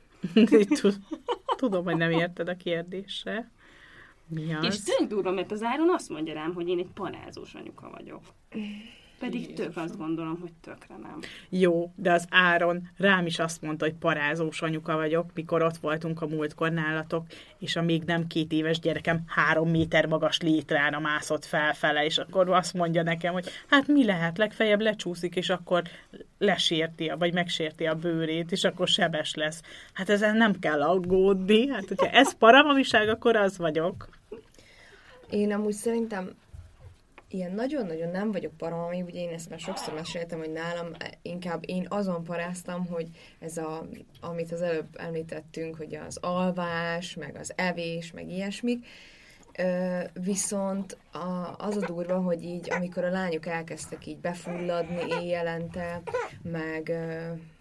Tudom, hogy nem érted a kérdésre. Mi az? És tök durva, mert az Áron azt mondja rám, hogy én egy parázós anyuka vagyok. Pedig tök azt gondolom, hogy tökre nem. Jó, de az Áron rám is azt mondta, hogy parázós anyuka vagyok, mikor ott voltunk a múltkor nálatok, és a még nem két éves gyerekem három méter magas létrára mászott felfele, és akkor azt mondja nekem, hogy hát mi lehet, legfeljebb lecsúszik, és akkor lesérti, vagy megsérti a bőrét, és akkor sebes lesz. Hát ezen nem kell aggódni, hát hogyha ez paramamiság, akkor az vagyok. Én amúgy szerintem ilyen nagyon-nagyon nem vagyok paramami, ugye én ezt már sokszor meséltem, hogy nálam inkább én azon paráztam, hogy ez a, amit az előbb említettünk, hogy az alvás, meg az evés, meg ilyesmik, Ö, viszont a, az a durva, hogy így, amikor a lányok elkezdtek így befulladni éjjelente, meg, ö,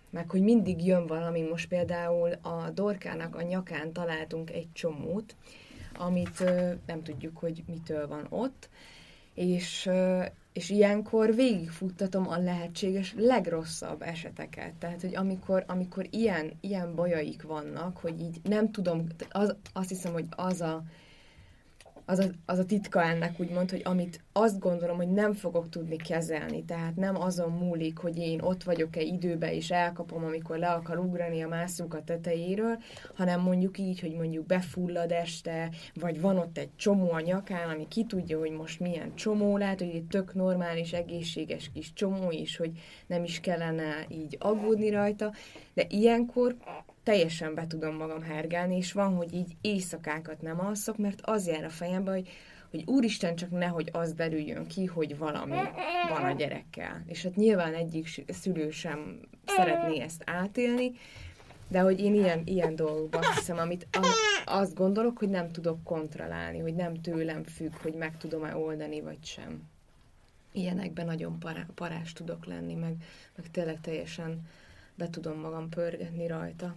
meg hogy mindig jön valami. Most például a Dorkának a nyakán találtunk egy csomót, amit ö, nem tudjuk, hogy mitől van ott, és, ö, és ilyenkor végigfuttatom a lehetséges legrosszabb eseteket. Tehát, hogy amikor, amikor ilyen, ilyen bajaik vannak, hogy így nem tudom, az, azt hiszem, hogy az a Az a, az a titka ennek úgymond, hogy amit azt gondolom, hogy nem fogok tudni kezelni, tehát nem azon múlik, hogy én ott vagyok-e időben, és elkapom, amikor le akar ugrani a mászunk a tetejéről, hanem mondjuk így, hogy mondjuk befullad este, vagy van ott egy csomó a nyakán, ami ki tudja, hogy most milyen csomó, lehet, hogy egy tök normális, egészséges kis csomó is, hogy nem is kellene így aggódni rajta, de ilyenkor teljesen be tudom magam hergelni, és van, hogy így éjszakákat nem alszok, mert az jár a fejembe, hogy, hogy úristen, csak nehogy az derüljön ki, hogy valami van a gyerekkel. És hát nyilván egyik szülő sem szeretné ezt átélni, de hogy én ilyen, ilyen dolgokban hiszem, amit a, azt gondolok, hogy nem tudok kontrollálni, hogy nem tőlem függ, hogy meg tudom-e oldani, vagy sem. Ilyenekben nagyon pará, parás tudok lenni, meg, meg tényleg teljesen be tudom magam pörgetni rajta.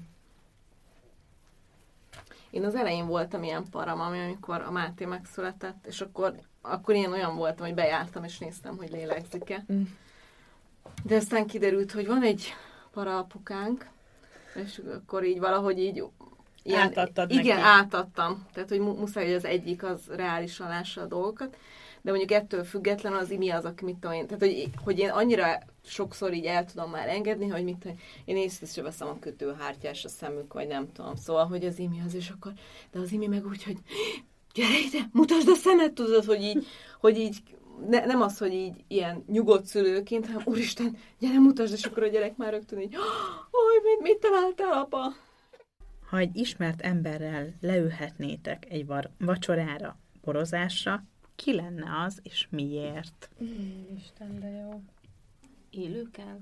Én az elején voltam ilyen param, ami amikor a Máté megszületett, és akkor, akkor én olyan voltam, hogy bejártam, és néztem, hogy lélegzik-e. Mm. De aztán kiderült, hogy van egy para apukánk, és akkor így valahogy így... Ilyen, Átadtad igen, neki. átadtam. Tehát, hogy muszáj, hogy az egyik az reálisan lássa a dolgokat, de mondjuk ettől függetlenül az Imi az, aki mit tudom én. Tehát, hogy, hogy én annyira sokszor így el tudom már engedni, hogy mit tudom én észre sem veszem a kötőhártyás a szemük, vagy nem tudom. Szóval, hogy az Imi az, és akkor, de az Imi meg úgy, hogy gyere ide, mutasd a szemed, tudod, hogy így, hogy így ne, nem az, hogy így ilyen nyugodt szülőként, hanem úristen, gyere, mutasd, és akkor a gyerek már rögtön így, hogy mit, mit találtál, apa? Ha egy ismert emberrel leülhetnétek egy var- vacsorára, borozásra, ki lenne az, és miért? Mm, Isten, de jó. Élőkkel?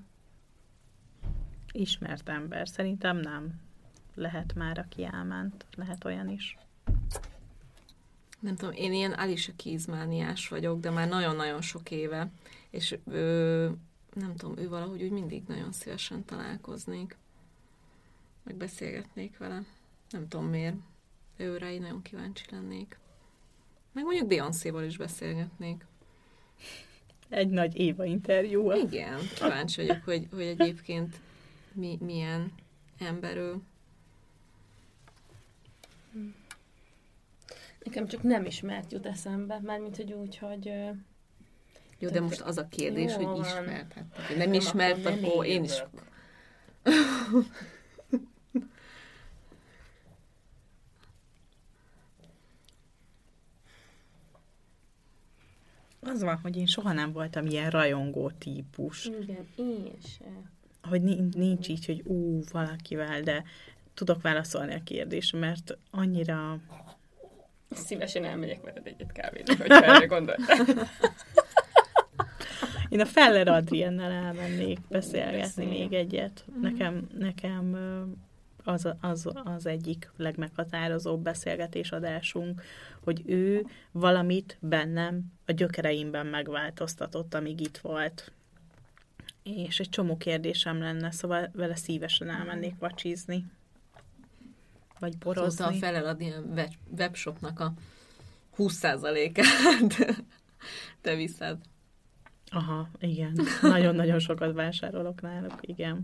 Ismert ember. Szerintem nem. Lehet már, aki elment. Lehet olyan is. Nem tudom, én ilyen Alicia Keys-mániás vagyok, de már nagyon-nagyon sok éve, és ő, nem tudom, ő valahogy úgy mindig nagyon szívesen találkoznék, meg beszélgetnék vele. Nem tudom miért. Őre én nagyon kíváncsi lennék. Meg mondjuk Beyoncéval is beszélgetnék. Egy nagy Éva interjú. Igen, kíváncsi vagyok, hogy, hogy egyébként mi, milyen ember ő. Nekem csak nem ismert jut eszembe, mármint, hogy úgy, hogy... ö, Jó, de most az a kérdés, Jó hogy van. ismert. Hát, nem, nem ismert, akkor nem akkor én is... élök. Az van, hogy én soha nem voltam ilyen rajongó típus. Igen, én sem. Hogy nincs, nincs így, hogy ú, valakivel, de tudok válaszolni a kérdésre, mert annyira... Szívesen elmegyek veled egyet kávézni, hogyha erre gondoltál. Én a Feller Adriennel elmennék beszélgetni Beszélj. még egyet. Nekem, nekem ö, az, az, az egyik legmeghatározóbb beszélgetésadásunk, hogy ő valamit bennem a gyökereimben megváltoztatott, amíg itt volt. És egy csomó kérdésem lenne, szóval vele szívesen elmennék vacsizni. Vagy borozni. Szóval feleladni a web- webshopnak a húsz százalékát te viszed. Aha, igen. Nagyon-nagyon sokat vásárolok náluk, igen.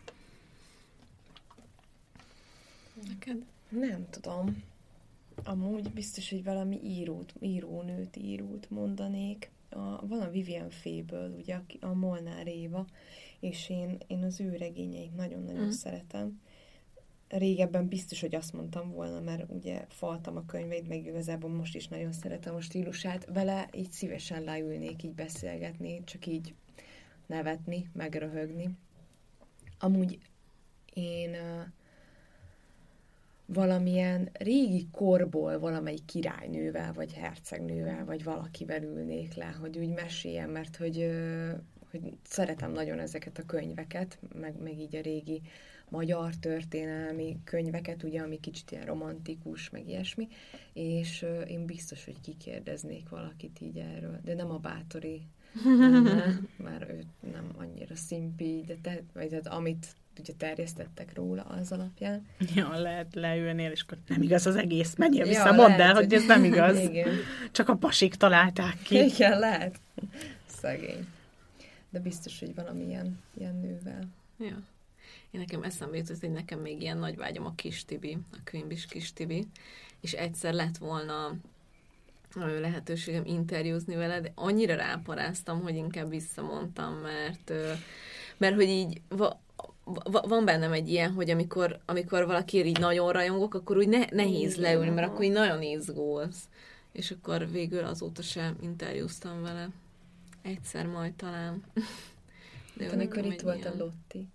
Neked? Nem tudom. Amúgy biztos, hogy valami írót, írónőt, írót mondanék. A, van a Vivian Fable, ugye, aki- a Molnár Éva, és én, én az ő regényeit nagyon-nagyon Mm. szeretem. Régebben biztos, hogy azt mondtam volna, mert ugye faltam a könyveit, meg igazából most is nagyon szeretem a stílusát. Vele így szívesen leülnék így beszélgetni, csak így nevetni, megröhögni. Amúgy én uh, valamilyen régi korból valamelyik királynővel, vagy hercegnővel, vagy valakivel ülnék le, hogy úgy meséljem, mert hogy, uh, hogy szeretem nagyon ezeket a könyveket, meg, meg így a régi magyar történelmi könyveket, ugye, ami kicsit ilyen romantikus, meg ilyesmi, és uh, én biztos, hogy kikérdeznék valakit így erről, de nem a Bátori lenne, mert ő nem annyira szimpi, de te, vagy tehát amit ugye terjesztettek róla az alapján. Ja, lehet leülnél, és akkor nem igaz az egész. Menjél vissza, Ja, mondd lehet, el, hogy ez nem igaz. Igen. Csak a pasik találták ki. Igen, lehet. Szegény. De biztos, hogy valamilyen ilyen nővel. Ja. Én nekem eszembe jutott, hogy nekem még ilyen nagy vágyam a Kis Tibi, a Queenbish Kis Tibi, és egyszer lett volna lehetőségem interjúzni vele, de annyira ráparáztam, hogy inkább visszamondtam, mert, mert hogy így va, va, van bennem egy ilyen, hogy amikor, amikor valakiért így nagyon rajongok, akkor úgy ne, nehéz leülni, mert akkor így nagyon izgulsz. És akkor végül azóta sem interjúztam vele. Egyszer majd talán. De amikor itt volt ilyen. A Lotti.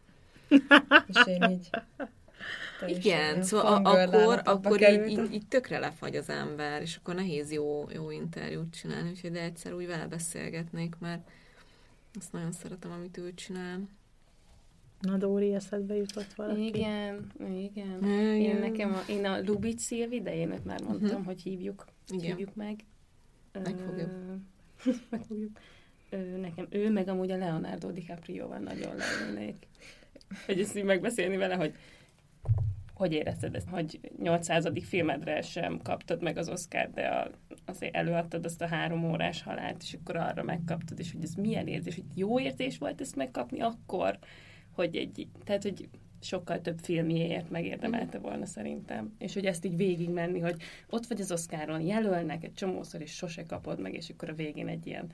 És én így... Igen, szóval akkor, akkor így, így, így tökre lefagy az ember, és akkor nehéz jó, jó interjút csinálni, úgyhogy de egyszer úgy vele beszélgetnék, mert azt nagyon szeretem, amit ő csinál. Na, Dóri, eszedbe jutott valaki? Igen, igen. igen. Én nekem a, én a Lubit Szilvi, de én őt már mondtam, uh-huh. hogy hívjuk, igen. hívjuk meg. Megfogjuk. Megfogjuk. Nekem ő, meg amúgy a Leonardo DiCaprio-val nagyon leülnék. Hogy ezt így megbeszélni vele, hogy hogy érezted ezt, hogy nyolcszázadik filmedre sem kaptad meg az Oscart, de a, azért előadtad azt a három órás halált, és akkor arra megkaptad, és hogy ez milyen érzés, hogy jó érzés volt ezt megkapni akkor, hogy egy, tehát, hogy sokkal több filmjéért megérdemelte volna szerintem. És hogy ezt így végigmenni, hogy ott vagy az Oscaron, jelölnek egy csomószor, és sose kapod meg, és akkor a végén egy ilyen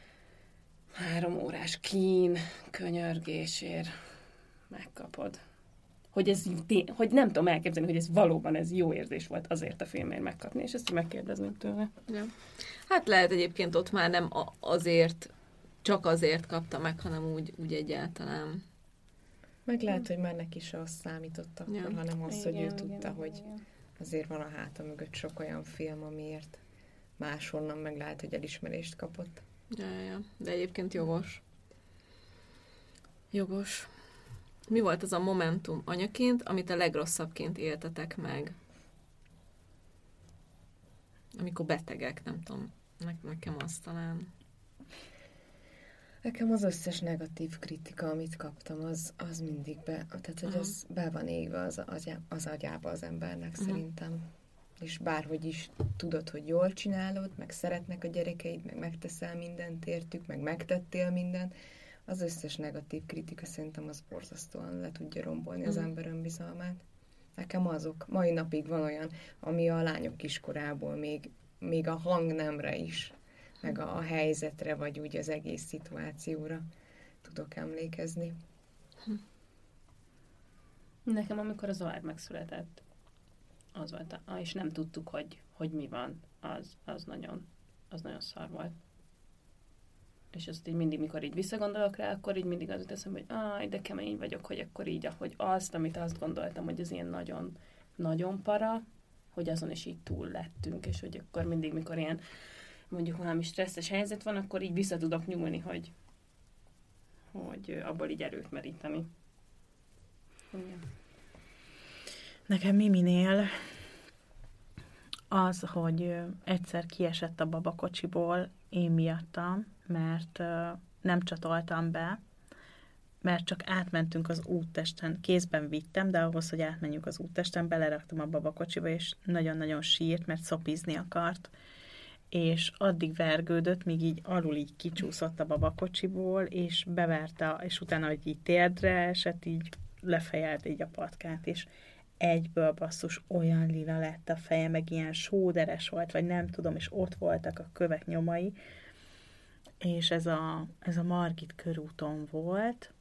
három órás kín, könyörgésért megkapod. Hogy ez, hogy nem tudom elképzelni, hogy ez valóban ez jó érzés volt azért a filmért megkapni, és ezt így megkérdezném tőle. Ja. Hát lehet egyébként ott már nem azért, csak azért kapta meg, hanem úgy, úgy egyáltalán. Meg lehet, hogy már neki se azt számított akkor, ja. hanem az, igen, hogy ő igen, tudta, igen, hogy igen. azért van a háta mögött sok olyan film, amiért máshonnan meg lehet, hogy elismerést kapott. Ja, ja, ja. De egyébként jogos. Jogos. Mi volt az a momentum anyaként, amit a legrosszabbként éltetek meg? Amikor betegek, nem tudom. Ne- nekem az talán. Nekem az összes negatív kritika, amit kaptam, az, az mindig be, tehát hogy az be van égve az, agyá, az agyába az embernek uh-huh. szerintem. És bárhogy is tudod, hogy jól csinálod, meg szeretnek a gyerekeid, meg megteszel mindent értük, meg megtettél mindent, az összes negatív kritika szerintem az borzasztóan le tudja rombolni az ember önbizalmát. Nekem azok, mai napig van olyan, ami a lányok kiskorából még, még a hangnemre is, meg a, a helyzetre, vagy úgy az egész szituációra tudok emlékezni. Nekem, amikor az Zoár megszületett, az volt, a, és nem tudtuk, hogy, hogy mi van, az, az, nagyon, az nagyon szar volt. És azt így mindig, mikor így visszagondolok rá, akkor így mindig az teszem, hogy áj, de kemény vagyok, hogy akkor így, ahogy azt, amit azt gondoltam, hogy ez ilyen nagyon, nagyon para, hogy azon is így túl lettünk, és hogy akkor mindig, mikor ilyen mondjuk valami stresszes helyzet van, akkor így vissza tudok nyúlni, hogy, hogy abból így erőt meríteni. Igen. Nekem Miminél az, hogy egyszer kiesett a babakocsiból én miattam, mert nem csatoltam be, mert csak átmentünk az úttesten, kézben vittem, de ahhoz, hogy átmenjünk az úttesten, beleraktam a babakocsiba, és nagyon-nagyon sírt, mert szopizni akart, és addig vergődött, míg így alul így kicsúszott a babakocsiból, és beverte, és utána, hogy így térdre esett, így lefejelt így a patkát, és egyből basszus olyan lila lett a feje, meg ilyen sóderes volt, vagy nem tudom, és ott voltak a kövek nyomai, és ez a, ez a Margit körúton volt,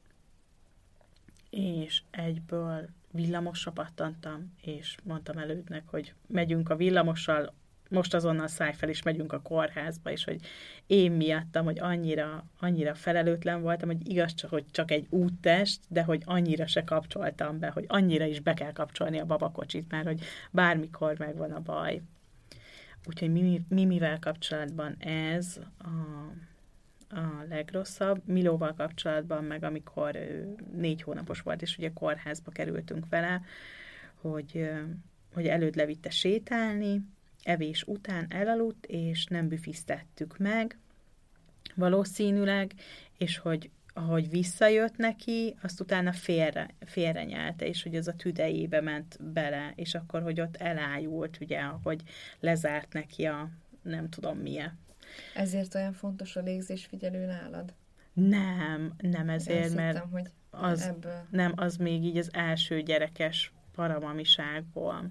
és egyből villamosra pattantam, és mondtam elődnek, hogy megyünk a villamossal, most azonnal szállj fel, és megyünk a kórházba, és hogy én miattam, hogy annyira, annyira felelőtlen voltam, hogy igaz csak, hogy csak egy úttest, de hogy annyira se kapcsoltam be, hogy annyira is be kell kapcsolni a babakocsit, mert hogy bármikor megvan a baj. Úgyhogy mi, mi mivel kapcsolatban ez a, a legrosszabb. Milóval kapcsolatban meg, amikor négy hónapos volt, és ugye kórházba kerültünk vele, hogy, hogy előd levitte sétálni, evés után elaludt, és nem büfisztettük meg, valószínűleg, és hogy ahogy visszajött neki, azt utána félre, félre nyelte, és hogy az a tüdejébe ment bele, és akkor, hogy ott elájult, ugye, hogy lezárt neki a nem tudom milyen. Ezért olyan fontos a légzésfigyelő nálad? Nem, nem ezért, Azt mert hittem, hogy az, ebből. nem, az még így az első gyerekes paramamiságból.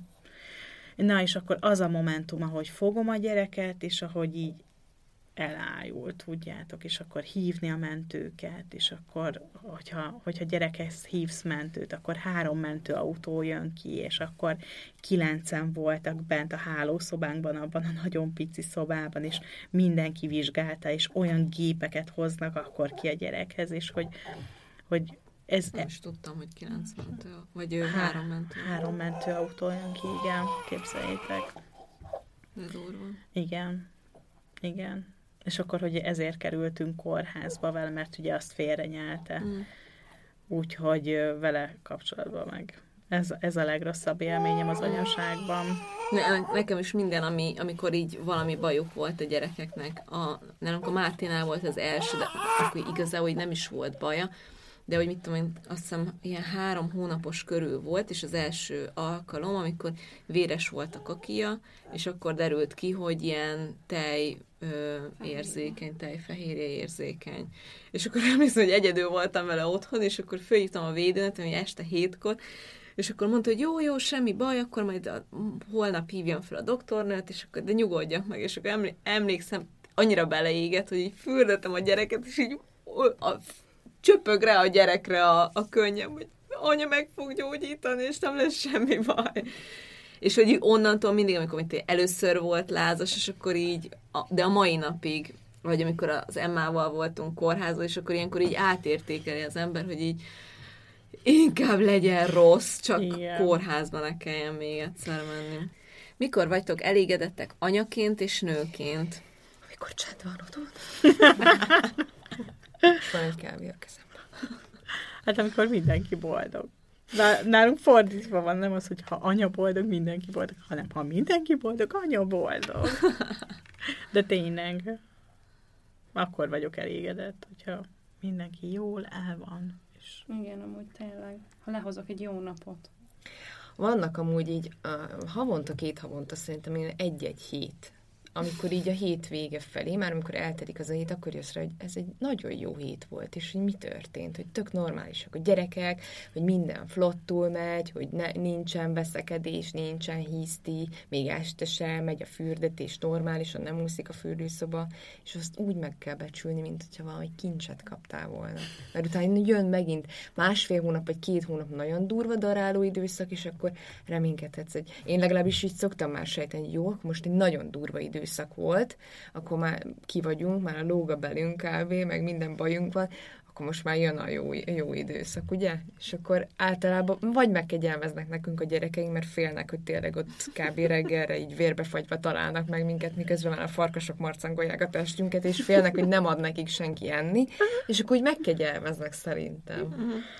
Na, és akkor az a momentum, ahogy fogom a gyereket, és ahogy így elájult, tudjátok, és akkor hívni a mentőket, és akkor, hogyha, hogyha gyerekhez hívsz mentőt, akkor három mentőautó jön ki, és akkor kilencen voltak bent a hálószobánkban, abban a nagyon pici szobában, és mindenki vizsgálta, és olyan gépeket hoznak akkor ki a gyerekhez, és hogy, hogy ez... Nem is tudtam, hogy kilenc mentő, vagy ő, három mentő. Három mentőautó jön ki, igen, képzeljétek. De durva. Igen, igen. És akkor, hogy ezért kerültünk kórházba vele, mert ugye azt félrenyelte. Mm. Úgyhogy ö, vele kapcsolatban meg. Ez, ez a legrosszabb élményem az anyaságban. Ne, nekem is minden, ami, amikor így valami bajuk volt a gyerekeknek. A, nálunk a Mártinál volt az első, de akkor igazából hogy nem is volt baja, de hogy mit tudom én, azt hiszem ilyen három hónapos körül volt, és az első alkalom, amikor véres volt a kakia, és akkor derült ki, hogy ilyen tej ö, érzékeny, tejfehérje érzékeny. És akkor emlékszem, hogy egyedül voltam vele otthon, és akkor fölhívtam a védőnet, hogy este hétkor, és akkor mondta, hogy jó, jó, semmi baj, akkor majd a, holnap hívjam fel a doktornőt, és akkor de nyugodjak meg, és akkor emlé- emlékszem, annyira beleégett, hogy így fürdettem a gyereket, és így a, csöpög rá a gyerekre a, a könnyem, hogy anya meg fog gyógyítani, és nem lesz semmi baj. És hogy onnantól mindig, amikor először volt lázas, és akkor így, de a mai napig, vagy amikor az Emmával voltunk kórházban, és akkor ilyenkor így átértékeli az ember, hogy így inkább legyen rossz, csak igen, kórházba ne kelljen még egyszer menni. Mikor vagytok elégedettek anyaként és nőként? Amikor csend van otthon. Van egy kávé a kezemben. Hát amikor mindenki boldog. Nálunk fordítva van, nem az, hogy ha anya boldog, mindenki boldog, hanem ha mindenki boldog, anya boldog. De tényleg, akkor vagyok elégedett, hogyha mindenki jól el van. És... Igen, amúgy tényleg. Ha lehozok egy jó napot. Vannak amúgy így uh, havonta, két havonta szerintem én egy-egy hét, amikor így a hét vége felé, már amikor eltelik az a hét, akkor jössz rá, hogy ez egy nagyon jó hét volt, és hogy mi történt, hogy tök normálisak a gyerekek, hogy minden flottul megy, hogy ne, nincsen veszekedés, nincsen hiszti, még este sem, megy a fürdetés normálisan, nem úszik a fürdőszoba, és azt úgy meg kell becsülni, mint hogyha valami kincset kaptál volna. Mert utána jön megint másfél hónap, vagy két hónap nagyon durva daráló időszak, és akkor reménykedhetsz, hogy én legalábbis így szoktam már sejteni, hogy jó, most egy nagyon durva idő időszak volt, akkor már ki vagyunk, már a lóg a belünk kb., meg minden bajunk van, akkor most már jön a jó, jó időszak, ugye? És akkor általában vagy megkegyelmeznek nekünk a gyerekeink, mert félnek, hogy tényleg ott kb. Reggelre így vérbefagyva találnak meg minket, miközben már a farkasok marcangolják a testünket, és félnek, hogy nem ad nekik senki enni, és akkor úgy megkegyelmeznek szerintem.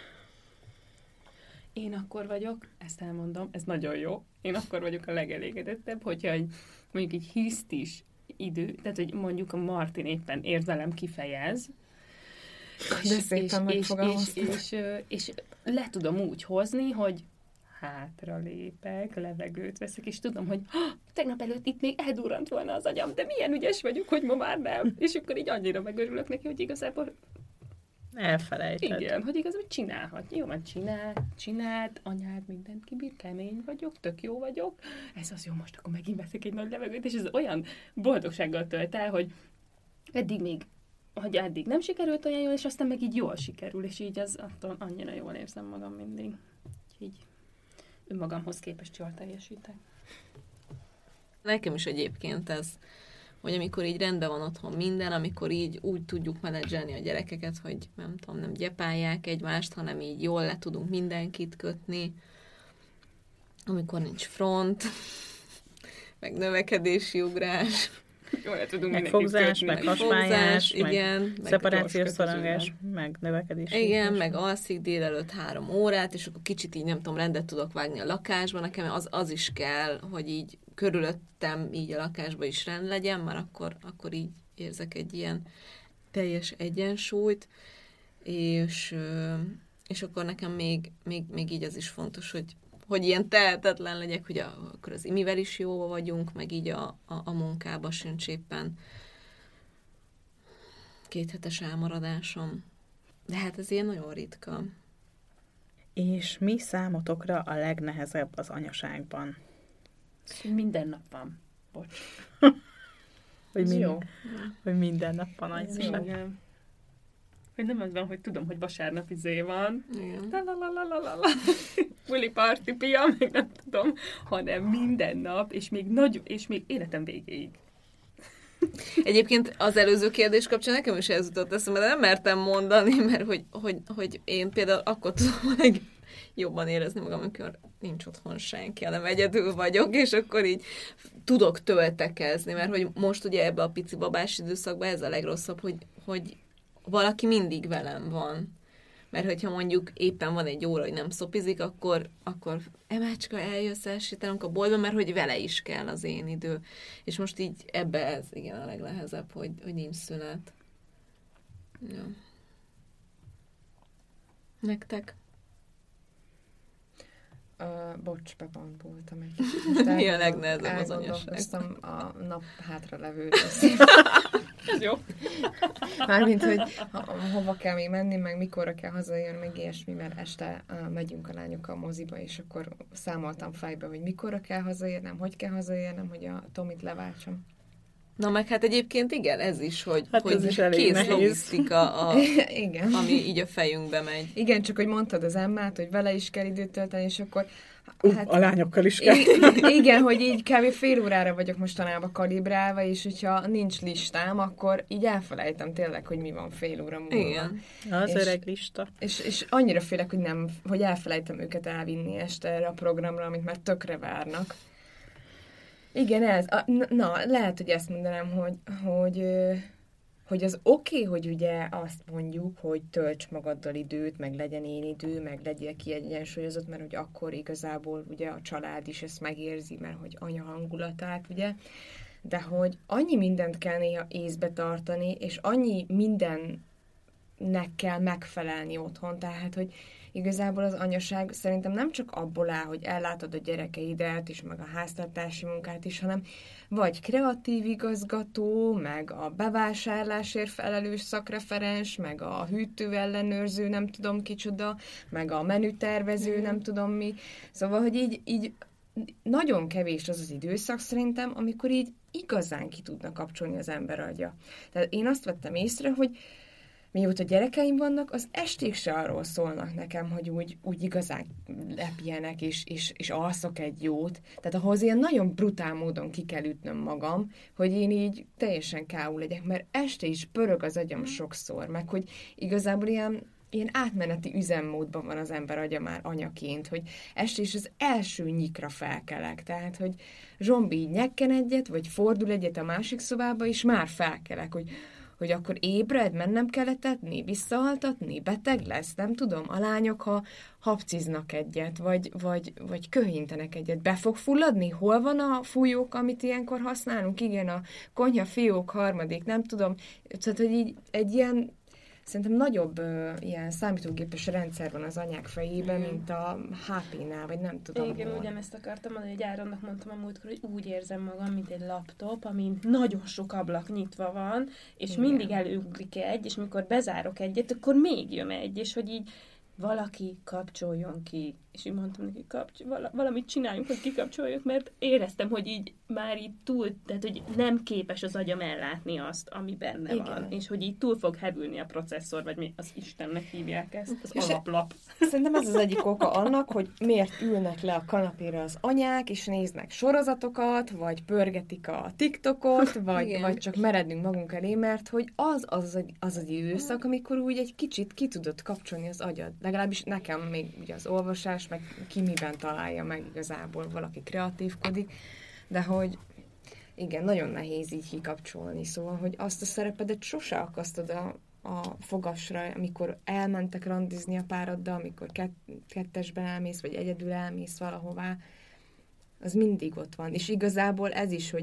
Én akkor vagyok, ezt elmondom, ez nagyon jó, én akkor vagyok a legelégedettebb, hogyha egy, mondjuk egy hisztis idő, tehát hogy mondjuk a Martin éppen érzelem kifejez, De szépen és, és, és, és, és, és le tudom úgy hozni, hogy hátra lépek, levegőt veszek, és tudom, hogy tegnap előtt itt még eldurrant volna az agyam, de milyen ügyes vagyok, hogy ma már nem. És akkor így annyira megörülök neki, hogy igazából elfelejted. igen, hogy igazából csinálhat. Jó, mert csinál, csinált, anyád mindent kibír, kemény vagyok, tök jó vagyok. Ez az jó, most akkor megint veszek egy nagy levegőt, és ez olyan boldogsággal tölt el, hogy eddig még, hogy eddig nem sikerült olyan jól, és aztán meg így jól sikerül, és így az attól annyira jól érzem magam mindig. Így önmagamhoz képest jól teljesítek. Nekem is egyébként ez, hogy amikor így rendben van otthon minden, amikor így úgy tudjuk menedzselni a gyerekeket, hogy nem tudom, nem gyepálják egymást, hanem így jól le tudunk mindenkit kötni, amikor nincs front, meg növekedési ugrás, Jól le tudunk megfogzás, meg hasmályás, meg igen, szeparációs szorongás, meg növekedés. Igen, meg alszik délelőtt három órát, és akkor kicsit így nem tudom, rendet tudok vágni a lakásban. Nekem az, az is kell, hogy így körülöttem így a lakásban is rend legyen, mert akkor, akkor így érzek egy ilyen teljes egyensúlyt. és, és akkor nekem még, még, még így az is fontos, hogy, hogy ilyen tehetetlen legyek, hogy a, akkor az imivel is jó vagyunk, meg így a, a, a munkába sincs éppen kéthetes elmaradásom. De hát ez ilyen nagyon ritka. És mi számotokra a legnehezebb az anyaságban? Minden nap van. Bocs. Hogy, Ez mind, jó. hogy minden nap van Ez anyaság. Igen. Hogy nem az van, hogy tudom, hogy vasárnap izé van. Igen. Lalalalalala. Buli party pia, meg nem tudom, hanem minden nap, és még nagy, és még életem végéig. Egyébként az előző kérdés kapcsán nekem is ez jutott eszembe, de nem mertem mondani, mert hogy, hogy, hogy én például akkor tudom meg jobban érezni magam, amikor nincs otthon senki, hanem egyedül vagyok, és akkor így tudok töltekezni, mert hogy most ugye ebbe a pici babás időszakban ez a legrosszabb, hogy, hogy valaki mindig velem van. Mert hogyha mondjuk éppen van egy óra, hogy nem szopizik, akkor, akkor Emácska, eljössz, elsétálunk a boltba, mert hogy vele is kell az én idő. És most így ebbe ez igen a legnehezebb, hogy, hogy nincs szünet. Ja. Nektek? Uh, bocs, bebandoltam egy kicsit. Mi a legnehezebb az elgondolkoztam a nap hátra levő rész. Ez jó. Mármint, hogy ha, hova kell még menni, meg mikorra kell hazajönni, meg ilyesmi, mert este uh, megyünk a lányokkal a moziba, és akkor számoltam fejbe, hogy mikorra kell hazaérnem, hogy kell hazaérnem, hogy a Tomit leváltsam. Na meg hát egyébként igen, ez is, hogy, Hát hogy ez is elég kész nehéz. logisztika, a, Igen. ami így a fejünkbe megy. Igen, csak hogy mondtad az Emmát, hogy vele is kell időt tölteni, és akkor... Uh, a lányokkal is kell. I- igen, hogy így kb. Fél órára vagyok mostanában kalibrálva, és hogyha nincs listám, akkor így elfelejtem tényleg, hogy mi van fél óra múlva. Igen. Az És- öreg lista. És, és annyira félek, hogy nem, hogy elfelejtem őket elvinni este erre a programra, amit már tökre várnak. Igen, ez. A, na, lehet, hogy ezt mondanám, hogy, hogy, ö, hogy az oké, okay, hogy ugye azt mondjuk, hogy tölts magaddal időt, meg legyen én idő, meg legyél kiegyensúlyozott, mert hogy akkor igazából ugye a család is ezt megérzi, mert hogy anya hangulatát, ugye, de hogy annyi mindent kell néha észbe tartani, és annyi mindennek kell megfelelni otthon, tehát, hogy igazából az anyaság szerintem nem csak abból áll, hogy ellátod a gyerekeidet, és meg a háztartási munkát is, hanem vagy kreatív igazgató, meg a bevásárlásért felelős szakreferens, meg a hűtő ellenőrző, nem tudom kicsoda, meg a menütervező, nem tudom mi. Szóval, hogy így, így nagyon kevés az az időszak szerintem, amikor így igazán ki tudna kapcsolni az ember agya. Tehát én azt vettem észre, hogy mióta gyerekeim vannak, az esték se arról szólnak nekem, hogy úgy, úgy igazán lepjenek, és, és, és alszok egy jót. Tehát ahhoz ilyen nagyon brutál módon ki kell ütnöm magam, hogy én így teljesen ká ó legyek, mert este is pörög az agyam sokszor, meg hogy igazából ilyen, ilyen átmeneti üzemmódban van az ember agya már anyaként, hogy este is az első nyikra felkelek. Tehát, hogy Zsombi így nyekken egyet, vagy fordul egyet a másik szobába, és már felkelek, hogy hogy akkor ébred, mennem kell etetni, visszaaltatni, beteg lesz, nem tudom. A lányok, ha hapciznak egyet, vagy, vagy, vagy köhintenek egyet, be fog fulladni? Hol van a fújók, amit ilyenkor használunk? Igen, a konyha fiók harmadik, nem tudom. Tehát, hogy így egy ilyen, szerintem nagyobb uh, ilyen számítógépes rendszer van az anyák fejében, mint a há pé-nál, vagy nem tudom. Igen, hol. ugyanezt akartam mondani, hogy Áronnak mondtam a múltkor, hogy úgy érzem magam, mint egy laptop, amin nagyon sok ablak nyitva van, és Igen. mindig előugrik egy, és mikor bezárok egyet, akkor még jön egy, és hogy így valaki kapcsoljon ki. És így mondtam neki, kapcs- vala- valamit csináljunk, hogy kikapcsoljuk, mert éreztem, hogy így már így túl, tehát hogy nem képes az agyam ellátni azt, ami benne Igen. van. És hogy így túl fog hevülni a processzor, vagy mi az Istennek hívják ezt, az És alaplap. Szerintem ez az egyik oka annak, hogy miért ülnek le a kanapéra az anyák, és néznek sorozatokat, vagy pörgetik a TikTokot, vagy, Igen. vagy csak meredünk magunk elé, mert hogy az az, az, az, az időszak, amikor úgy egy kicsit ki tudod kapcsolni az agyad. Legalábbis nekem még ugye az olvasás, meg ki miben találja meg igazából, valaki kreatívkodik, de hogy igen, nagyon nehéz így kikapcsolni, szóval, hogy azt a szerepedet sose akasztod a, a fogasra, amikor elmentek randizni a pároddal, amikor kett, kettesben elmész, vagy egyedül elmész valahová, az mindig ott van. És igazából ez is, hogy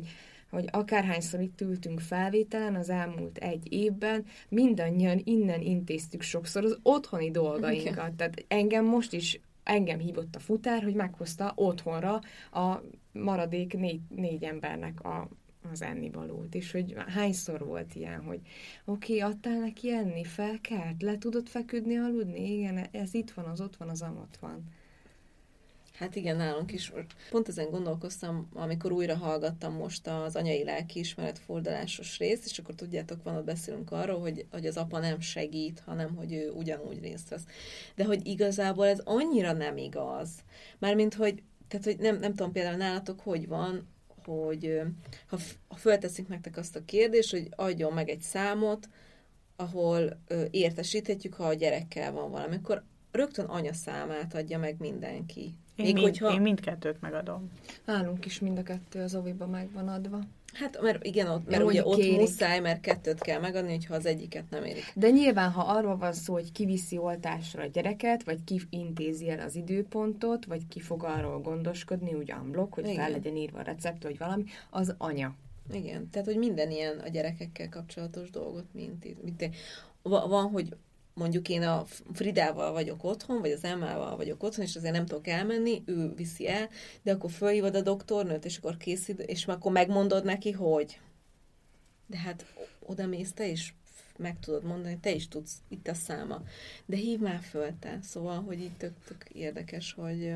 hogy akárhányszor itt ültünk felvételen az elmúlt egy évben, mindannyian innen intéztük sokszor az otthoni dolgainkat. Tehát engem most is, engem hívott a futár, hogy meghozta otthonra a maradék négy, négy embernek a, az ennivalót. És hogy hányszor volt ilyen, hogy oké, okay, adtál neki enni, felkelt, le tudod feküdni, aludni? Igen, ez itt van, az ott van, az amott van. Hát igen, nálunk is. Pont ezen gondolkoztam, amikor újra hallgattam most az anyai lelkiismeret fordulásos részt, és akkor tudjátok, van ott beszélünk arról, hogy, hogy az apa nem segít, hanem hogy ő ugyanúgy részt vesz. De hogy igazából ez annyira nem igaz. Mármint, hogy, tehát, hogy nem, nem tudom például nálatok, hogy van, hogy ha, ha fölteszik nektek azt a kérdést, hogy adjon meg egy számot, ahol ö, értesíthetjük, ha a gyerekkel van valami, akkor rögtön anya számát adja meg mindenki. Én, Még mind, hogyha... én mindkettőt megadom. Nálunk is mind a kettő az oviba meg van adva. Hát, mert igen, ott, mert Jó, ugye hogy ott kérik. muszáj, mert kettőt kell megadni, hogyha az egyiket nem érik. De nyilván, ha arról van szó, hogy ki viszi oltásra a gyereket, vagy ki intézi el az időpontot, vagy ki fog arról gondoskodni, úgy unblock, hogy Igen. fel legyen írva a recept, vagy valami, az anya. Igen, tehát, hogy minden ilyen a gyerekekkel kapcsolatos dolgot, mint itt. Mint Va- van, hogy mondjuk én a Fridával vagyok otthon, vagy az Emmával vagyok otthon, és azért nem tudok elmenni, ő viszi el, de akkor fölhívod a doktornőt, és akkor készít, és akkor megmondod neki, hogy de hát oda mész te is, meg tudod mondani, te is tudsz, itt a száma. De hív már föl te. Szóval, hogy így tök, tök érdekes, hogy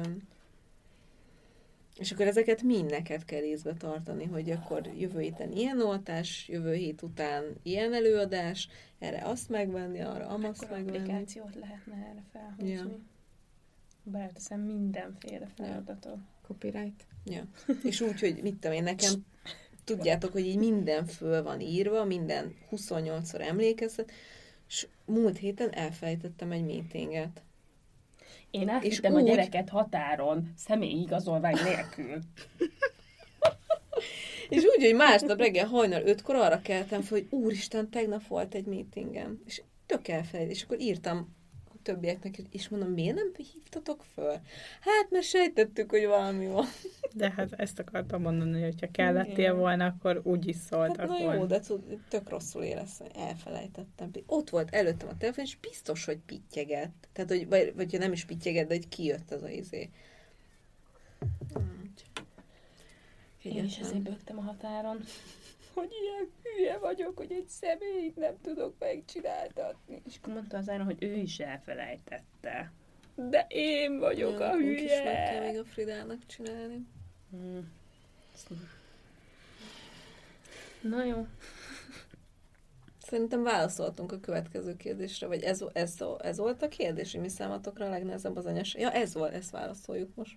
és akkor ezeket mind neked kell észbe tartani, hogy akkor jövő héten ilyen oltás, jövő hét után ilyen előadás, erre azt megvenni, arra amazt Akkor megvenni. applikációt lehetne erre felhozni. Ja. Beleteszem mindenféle feladatot. Copyright. Ja. És úgy, hogy mit tudom én, nekem tudjátok, hogy így minden föl van írva, minden huszonnyolcszor emlékeztet, és múlt héten elfelejtettem egy meetinget. Én átvittem a úgy- gyereket határon, személyi igazolvány nélkül. És úgy, hogy másnap reggel hajnal ötkor arra keltem fel, hogy úristen, tegnap volt egy meetingem. És tök elfelejt. És akkor írtam a többieknek, és mondom, miért nem hívtatok föl? Hát, mert sejtettük, hogy valami van. De hát ezt akartam mondani, hogy ha kellettél volna, akkor úgy is Hát szóltak na volna. jó, de tud- tök rosszul éreztem, elfelejtettem. Ott volt előttem a telefon, és biztos, hogy pittyegett. Tehát, hogy, vagy, vagy ha nem is pittyegett, de hogy kijött az a izé. Én is ezért bögtem a határon, hogy ilyen hülye vagyok, hogy egy személyt nem tudok megcsináltatni. És akkor mondta az áron, hogy ő is elfelejtette. De én vagyok a Nekünk is meg kell hülye. még a Fridának csinálni. Hmm. Na jó. Szerintem válaszoltunk a következő kérdésre, vagy ez, ez, ez volt a kérdés, hogy mi számotokra a legnehezebb az anyas... Ja, ez volt, ezt válaszoljuk most.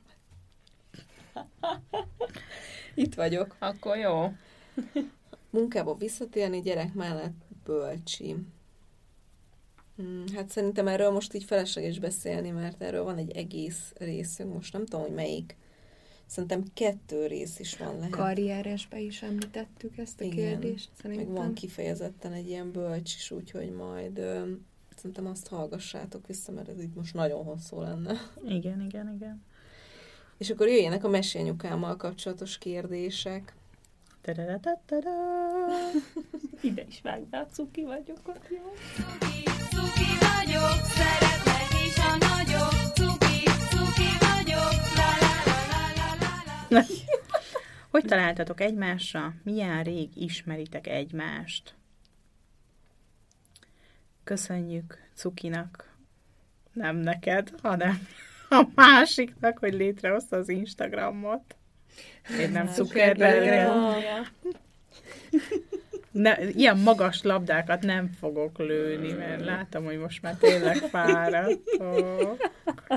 Itt vagyok. Akkor jó. Munkába visszatérni, gyerek mellett bölcsi. Hmm, hát szerintem erről most így felesleges beszélni, mert erről van egy egész részünk, most nem tudom, hogy melyik. Szerintem kettő rész is van lehet. Karrieresbe is említettük ezt a Igen. kérdést, Meg szerintem. van kifejezetten egy ilyen bölcs is, úgyhogy majd ö, szerintem azt hallgassátok vissza, mert ez itt most nagyon hosszú lenne. Igen, igen, igen. És akkor jöjjenek a mesélyanyukámmal kapcsolatos kérdések. Tadadadadada. Ide is vágd be, cuki vagyok ott, jó? Cuki, cuki vagyok, szeretlek is a nagyok. Cuki, cuki vagyok, la la la la la la la. Hogy találtatok egymásra? Milyen rég ismeritek egymást? Köszönjük Cukinak, nem neked, hanem a másiknak, hogy létrehozta az Instagramot. Én nem Zuckerberg. Ne, ilyen magas labdákat nem fogok lőni, mert látom, hogy most már tényleg fáradtok.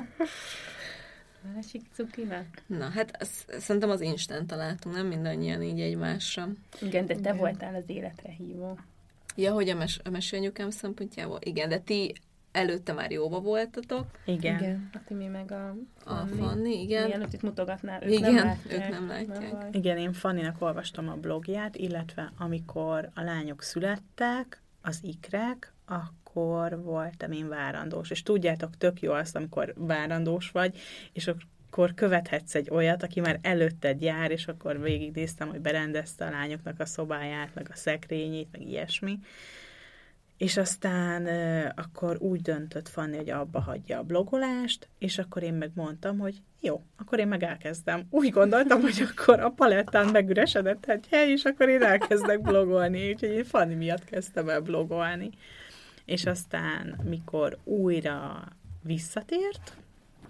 Másik cukinak? Na, hát azt, szerintem az Instán találtunk, nem mindannyian így egymásra. Igen, de te voltál az életre hívó. Ja, hogy a, mes- a mesélyanyukám szempontjából? Igen, de ti előtte már jóba voltatok. Igen. Igen. A Timi meg a... A Fanni, igen. Mielőtt itt mutogatnál, ők Igen, nem látják. ők nem látják. baj. Igen, én Fanninak olvastam a blogját, illetve amikor a lányok születtek, az ikrek, akkor voltam én várandós. És tudjátok, tök jó azt, amikor várandós vagy, és akkor követhetsz egy olyat, aki már előtted jár, és akkor végignéztem, hogy berendezte a lányoknak a szobáját, meg a szekrényét, meg ilyesmi. És aztán uh, akkor úgy döntött Fanni, hogy abba hagyja a blogolást, és akkor én meg mondtam, hogy jó, akkor én meg elkezdem. Úgy gondoltam, hogy akkor a palettán megüresedett egy hely, és akkor én elkezdek blogolni, úgyhogy én Fanni miatt kezdtem el blogolni. És aztán, mikor újra visszatért,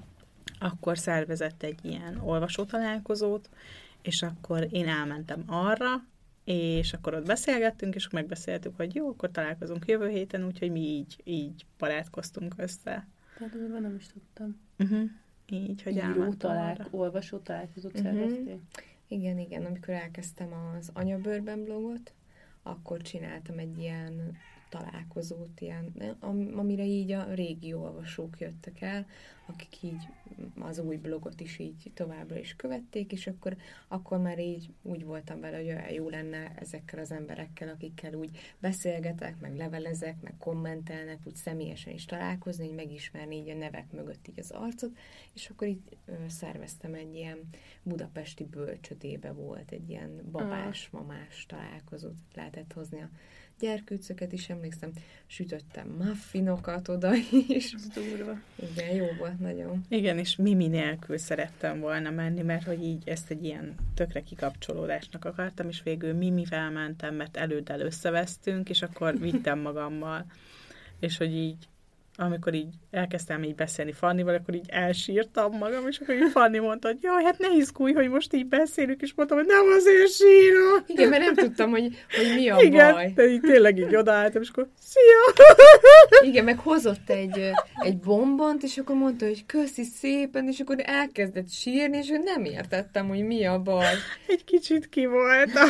akkor szervezett egy ilyen olvasótalálkozót, és akkor én elmentem arra, és akkor ott beszélgettünk, és megbeszéltük, hogy jó, akkor találkozunk jövő héten, úgyhogy mi így, így barátkoztunk össze. Tehát azonban nem is tudtam. Uh-huh. Így, hogy Író elmentem talál, arra. olvasó találkozót Mhm. szerveztél? Igen, igen, amikor elkezdtem az Anyabőrben blogot, akkor csináltam egy ilyen találkozót, ilyen, am- amire így a régi olvasók jöttek el, akik így az új blogot is így továbbra is követték, és akkor, akkor már így úgy voltam vele, hogy olyan jó lenne ezekkel az emberekkel, akikkel úgy beszélgetek, meg levelezek, meg kommentelnek, úgy személyesen is találkozni, hogy megismerni így a nevek mögött így az arcot, és akkor így ö, szerveztem egy ilyen budapesti bölcsödébe volt, egy ilyen babás-mamás találkozót lehetett hozni a gyerkőcöket is, emlékszem, sütöttem muffinokat oda is. Ez durva. Igen, jó volt nagyon. Igen, és Mimi nélkül szerettem volna menni, mert hogy így ezt egy ilyen tökre kikapcsolódásnak akartam, és végül Mimivel mentem, mert előddel összevesztünk, és akkor vittem magammal. És hogy így, amikor így elkezdtem így beszélni Fannival, akkor így elsírtam magam, és akkor így Fanni mondta, hogy jaj, hát ne izgulj, hogy most így beszélünk, és mondtam, hogy nem azért sírok. Igen, mert nem tudtam, hogy, hogy mi a Igen, baj. de így tényleg így odaálltam, és akkor szia! Igen, meg hozott egy, egy bombont, és akkor mondta, hogy köszi szépen, és akkor elkezdett sírni, és nem értettem, hogy mi a baj. Egy kicsit ki voltam.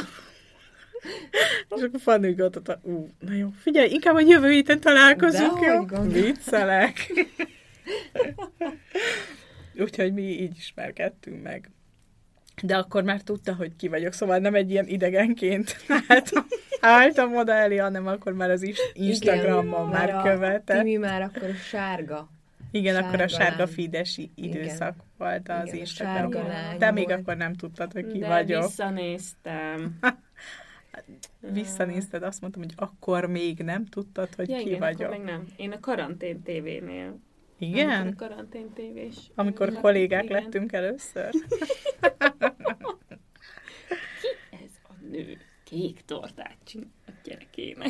És akkor Fanni úgy gondolta, ú, na jó, figyelj, inkább a jövő héten találkozunk, Dehogy jó? gondolod. Viccelek. Úgyhogy mi így ismerkedtünk meg. De akkor már tudta, hogy ki vagyok, szóval nem egy ilyen idegenként álltam, álltam oda elé, hanem akkor már az is- Instagramon már a követett. Timi már akkor a sárga. Igen, sárga akkor a sárga lány. feedes időszak volt az Igen, a Instagramon. sárga lány Te még volt. akkor nem tudtad, hogy ki De vagyok. visszanéztem. Visszanézted, azt mondtam, hogy akkor még nem tudtad, hogy Ja, ki igen, vagyok. akkor meg nem. Én a karantén tévénél. Igen? Amikor a karantén tévés. Amikor Ja, kollégák igen. lettünk először? Ez a nő kék tortát csinál a gyerekének.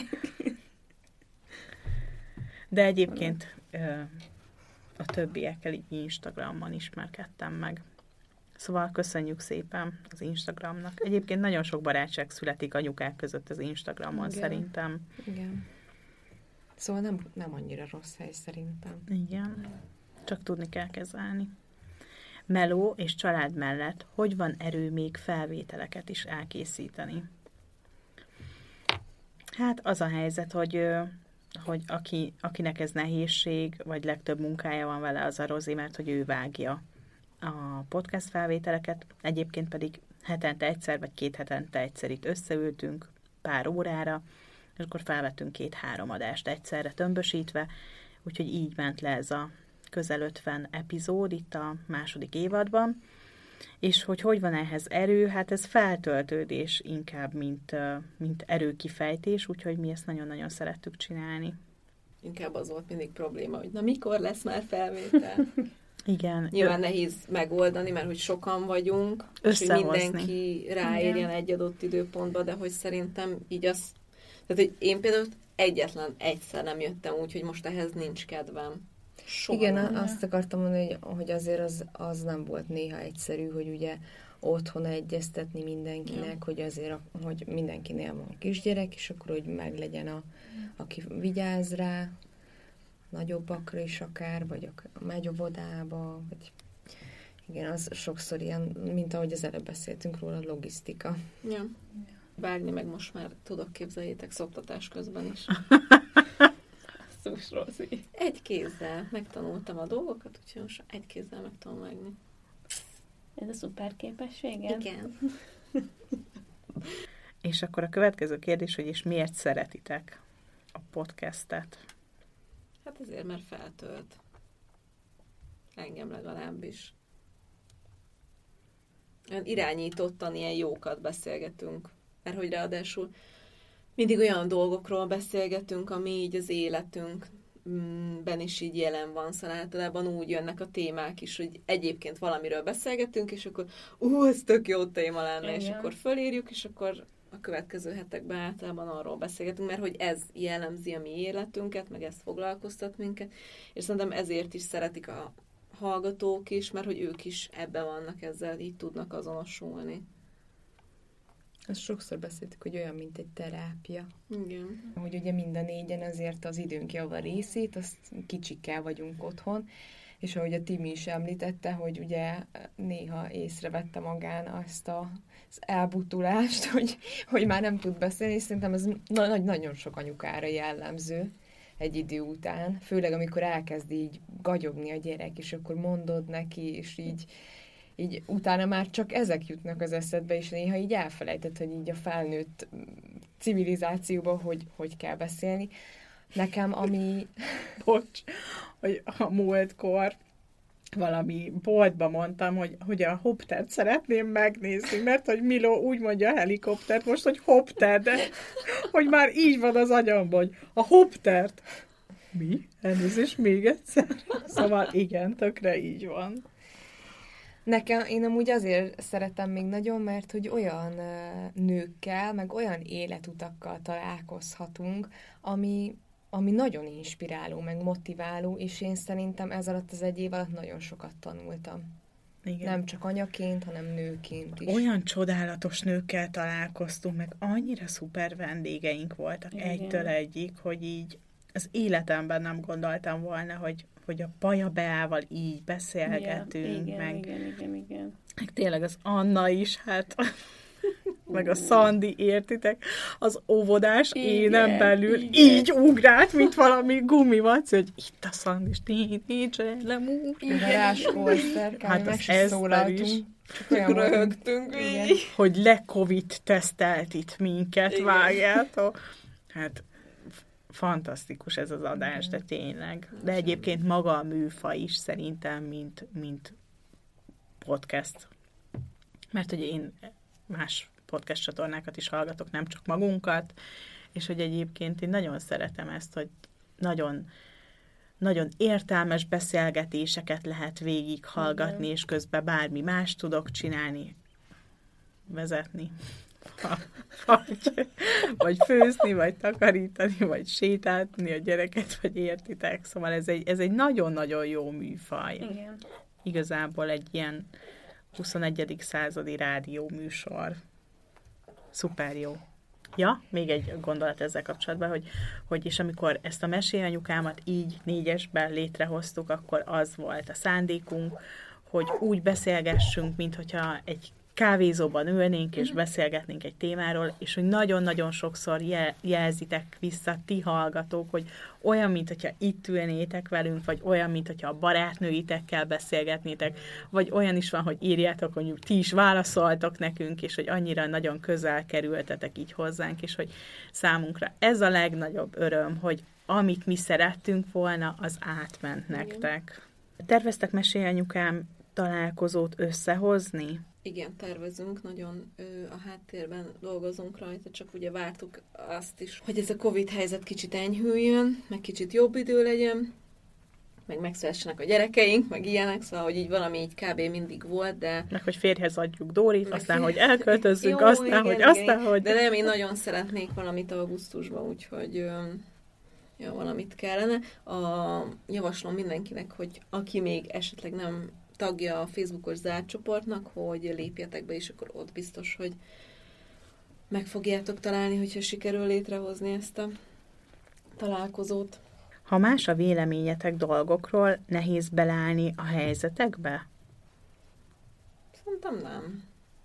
De egyébként ö, a többiekkel így Instagramon ismerkedtem meg. Szóval köszönjük szépen az Instagramnak. Egyébként nagyon sok barátság születik anyukák között az Instagramon, Igen. szerintem. Igen. Szóval nem, nem annyira rossz hely szerintem. Igen. Csak tudni kell kezelni. Meló és család mellett hogy van erő még felvételeket is elkészíteni? Hát az a helyzet, hogy, ö, hogy aki, akinek ez nehézség, vagy legtöbb munkája van vele, az a Rozi, mert hogy ő vágja a podcast felvételeket, egyébként pedig hetente egyszer, vagy két hetente egyszer itt összeültünk pár órára, és akkor felvettünk két-három adást egyszerre tömbösítve, úgyhogy így ment le ez a közel ötven epizód itt a második évadban, és hogy hogy van ehhez erő, hát ez feltöltődés inkább, mint, ö, mint erőkifejtés, úgyhogy mi ezt nagyon-nagyon szerettük csinálni. Inkább az volt mindig probléma, hogy na mikor lesz már felvétel. Igen. Nyilván nehéz megoldani, mert hogy sokan vagyunk, és hogy Összehozni. mindenki ráérjen egy adott időpontba, de hogy szerintem így az... Tehát, hogy én például egyetlen egyszer nem jöttem úgy, hogy most ehhez nincs kedvem. Soha Igen, nem. a- azt akartam mondani, hogy, hogy azért az, az nem volt néha egyszerű, hogy ugye otthon egyeztetni mindenkinek, Ja. hogy azért, a- hogy mindenkinél van kisgyerek, és akkor, hogy meglegyen a, aki vigyáz rá, nagyobbakra is akár, vagy a megy óvodába, vagy igen, az sokszor ilyen, mint ahogy az előbb beszéltünk róla, logisztika. Ja. Vágni meg most már tudok, képzeljétek, szoptatás közben is. Szus, Rozi. Egy kézzel megtanultam a dolgokat, úgyhogy most egy kézzel meg tudom vágni. Ez a szuper képességed? Igen. És akkor a következő kérdés, hogy és miért szeretitek a podcastet? Hát azért, mert feltölt. Engem legalábbis. olyan irányítottan ilyen jókat beszélgetünk. Mert hogy ráadásul mindig olyan dolgokról beszélgetünk, ami így az életünkben is így jelen van, szóval általában úgy jönnek a témák is, hogy egyébként valamiről beszélgetünk, és akkor ú, ez tök jó téma lenne, Igen. és akkor fölírjuk, és akkor a következő hetekben általában arról beszélgetünk, mert hogy ez jellemzi a mi életünket, meg ezt foglalkoztat minket, és szerintem ezért is szeretik a hallgatók is, mert hogy ők is ebben vannak, ezzel így tudnak azonosulni. Ezt sokszor beszéltük, hogy olyan, mint egy terápia. Igen. Hogy ugye mind a négyen azért az időnk java részét, azt kicsikkel vagyunk otthon, és ahogy a Timi is említette, hogy ugye néha észrevette magán azt a, az elbutulást, hogy, hogy már nem tud beszélni, és szerintem ez na- nagyon sok anyukára jellemző egy idő után, főleg amikor elkezd így gagyogni a gyerek, és akkor mondod neki, és így így utána már csak ezek jutnak az eszedbe, és néha így elfelejtett, hogy így a felnőtt civilizációban hogy, hogy kell beszélni. Nekem, ami... Bocs, hogy a múltkor valami boltba mondtam, hogy, hogy a hoptert szeretném megnézni, mert hogy Miló úgy mondja a helikoptert most, hogy hopter, de hogy már így van az agyamban, hogy a hoptert. Mi? Elnézést még egyszer? Szóval igen, tökre így van. Nekem, én amúgy azért szeretem még nagyon, mert hogy olyan nőkkel, meg olyan életutakkal találkozhatunk, ami, ami nagyon inspiráló, meg motiváló, és én szerintem ez alatt az egy év alatt nagyon sokat tanultam. Igen. Nem csak anyaként, hanem nőként is. Olyan csodálatos nőkkel találkoztunk, meg annyira szuper vendégeink voltak Igen. egytől egyik, hogy így az életemben nem gondoltam volna, hogy, hogy a Paja Beával így beszélgetünk, igen, meg, igen, igen, igen. meg tényleg az Anna is, hát meg a Szandi, értitek, az óvodás Igen, énem belül igen. így ugrált, mint valami gumivac, hogy itt a Szandi, és nincs lemú. Ráskolszer, Hát meg az se Eszter szólaltunk. is. Csak olyan voltunk. Röhögtünk Igen. így. Hogy le-covid tesztelt itt minket, Igen. vágjátok. Hát fantasztikus ez az adás, de tényleg. De egyébként maga a műfaj is szerintem, mint, mint podcast. Mert hogy én más podcast csatornákat is hallgatok, nem csak magunkat, és hogy egyébként én nagyon szeretem ezt, hogy nagyon, nagyon értelmes beszélgetéseket lehet végig hallgatni, Igen. és közben bármi más tudok csinálni, vezetni, vagy, vagy főzni, vagy takarítani, vagy sétálni a gyereket, vagy értitek. Szóval ez egy, ez egy nagyon-nagyon jó műfaj. Igen. Igazából egy ilyen huszonegyedik századi rádió műsor. Szuper jó. Ja, még egy gondolat ezzel kapcsolatban, hogy, hogy és amikor ezt a mesélyanyukámat így négyesben létrehoztuk, akkor az volt a szándékunk, hogy úgy beszélgessünk, mint hogyha egy kávézóban ülnénk, és beszélgetnénk egy témáról, és hogy nagyon-nagyon sokszor jel- jelzitek vissza ti hallgatók, hogy olyan, mint hogyha itt ülnétek velünk, vagy olyan, mint hogyha a barátnőitekkel beszélgetnétek, vagy olyan is van, hogy írjátok, hogy ti is válaszoltok nekünk, és hogy annyira nagyon közel kerültetek így hozzánk, és hogy számunkra ez a legnagyobb öröm, hogy amit mi szerettünk volna, az átment nektek. Terveztek mesélyanyukám találkozót összehozni? Igen, tervezünk, nagyon ö, a háttérben dolgozunk rajta, csak ugye vártuk azt is, hogy ez a Covid helyzet kicsit enyhüljön, meg kicsit jobb idő legyen, meg megszülessenek a gyerekeink, meg ilyenek, szóval, hogy így valami így kb. Mindig volt, de... Meg, hogy férjhez adjuk Dórit, Meg aztán, fér- hogy elköltözzünk, Jó, aztán, igen, hogy igen, aztán, igen. hogy... De nem, én nagyon szeretnék valamit augusztusban, úgyhogy ö, ja, valamit kellene. A, javaslom mindenkinek, hogy aki még esetleg nem tagja a Facebookos zárt csoportnak, hogy lépjetek be, és akkor ott biztos, hogy meg fogjátok találni, hogyha sikerül létrehozni ezt a találkozót. Ha más a véleményetek dolgokról, nehéz beleállni a helyzetekbe? Szerintem nem.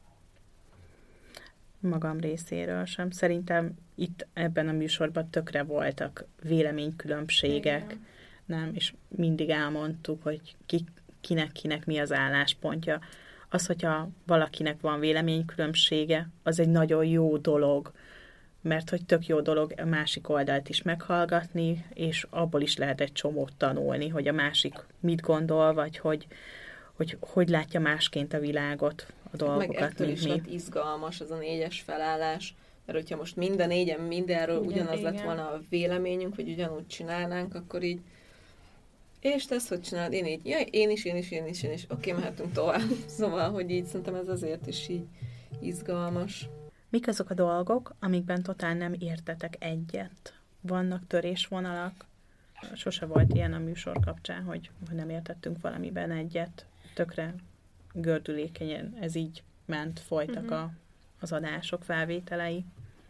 Magam részéről sem. Szerintem itt ebben a műsorban tökre voltak véleménykülönbségek, Igen. nem? És mindig elmondtuk, hogy ki, kinek, kinek mi az álláspontja. Az, hogyha valakinek van véleménykülönbsége, az egy nagyon jó dolog, mert hogy tök jó dolog a másik oldalt is meghallgatni, és abból is lehet egy csomót tanulni, hogy a másik mit gondol, vagy hogy, hogy hogy látja másként a világot, a Meg dolgokat, ettől mint is mi. lett izgalmas az a négyes felállás, mert hogyha most minden négyen mindenről Igen, ugyanaz igen. lett volna a véleményünk, hogy ugyanúgy csinálnánk, akkor így és te ezt hogy csinálod? Én így, ja, én is, én is, én is, én is. Oké, mehetünk tovább. Szóval, hogy így szerintem ez azért is így izgalmas. Mik azok a dolgok, amikben totál nem értetek egyet? Vannak törésvonalak? Sose volt ilyen a műsor kapcsán, hogy, hogy nem értettünk valamiben egyet. Tökre gördülékenyen ez így ment, folytak Mhm. a, az adások, felvételei.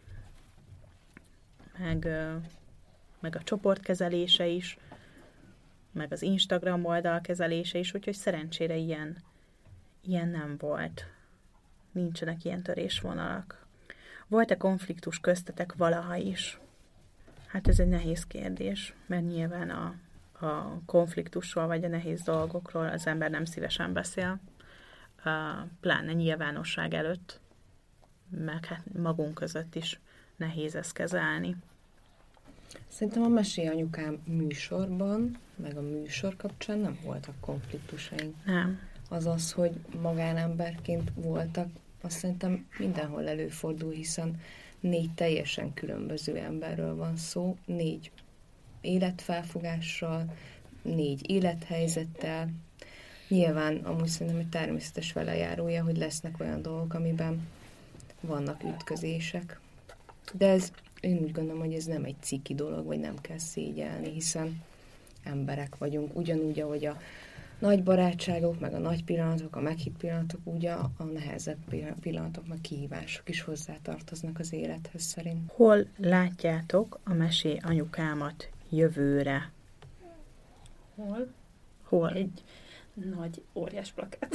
Meg, ö, meg a csoportkezelése is, meg az Instagram oldal kezelése is, úgyhogy szerencsére ilyen, ilyen nem volt. Nincsenek ilyen törésvonalak. Volt-e konfliktus köztetek valaha is? Hát ez egy nehéz kérdés, mert nyilván a, a konfliktusról vagy a nehéz dolgokról az ember nem szívesen beszél, uh, pláne nyilvánosság előtt, meg hát magunk között is nehéz ezt kezelni. Szerintem a Mesélj Anyukám műsorban, meg a műsor kapcsán nem voltak konfliktusaink. Nem. Az az, hogy magánemberként voltak, azt szerintem mindenhol előfordul, hiszen négy teljesen különböző emberről van szó, négy életfelfogással, négy élethelyzettel. Nyilván amúgy szerintem egy természetes velejárója, hogy lesznek olyan dolgok, amiben vannak ütközések. De ez, én úgy gondolom, hogy ez nem egy ciki dolog, vagy nem kell szégyelni, hiszen emberek vagyunk. Ugyanúgy, ahogy a nagy barátságok, meg a nagy pillanatok, a meghitt pillanatok, úgy a, a nehezebb pillanatok, meg kihívások is hozzátartoznak az élethez szerint. Hol látjátok a Mesélj Anyukámat jövőre? Hol? Hol? Egy nagy, óriás plakát.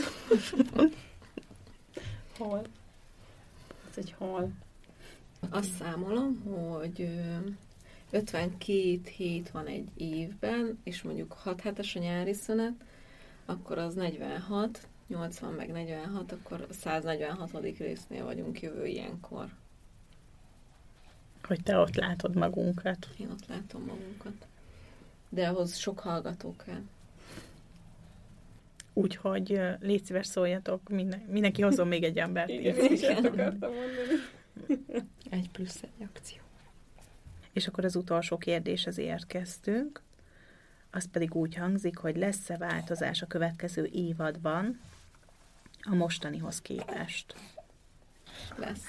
Hol? Ez egy hol? Azt számolom, hogy ö, ötvenkét hét van egy évben, és mondjuk hat hetes a nyári szünet, akkor az negyvenhat, nyolcvan meg negyvenhat, akkor a száznegyvenhatodik résznél vagyunk jövő ilyenkor. Hogy te ott látod magunkat. Én ott látom magunkat. De ahhoz sok hallgató kell. Úgyhogy ö, légy szíves, szóljatok, minden, mindenki hozzon még egy embert. Igen, így. én is ezt akartam mondani. Egy plusz egy akció. És akkor az utolsó kérdéshez érkeztünk. Az pedig úgy hangzik, hogy lesz-e változás a következő évadban a mostanihoz képest? Lesz.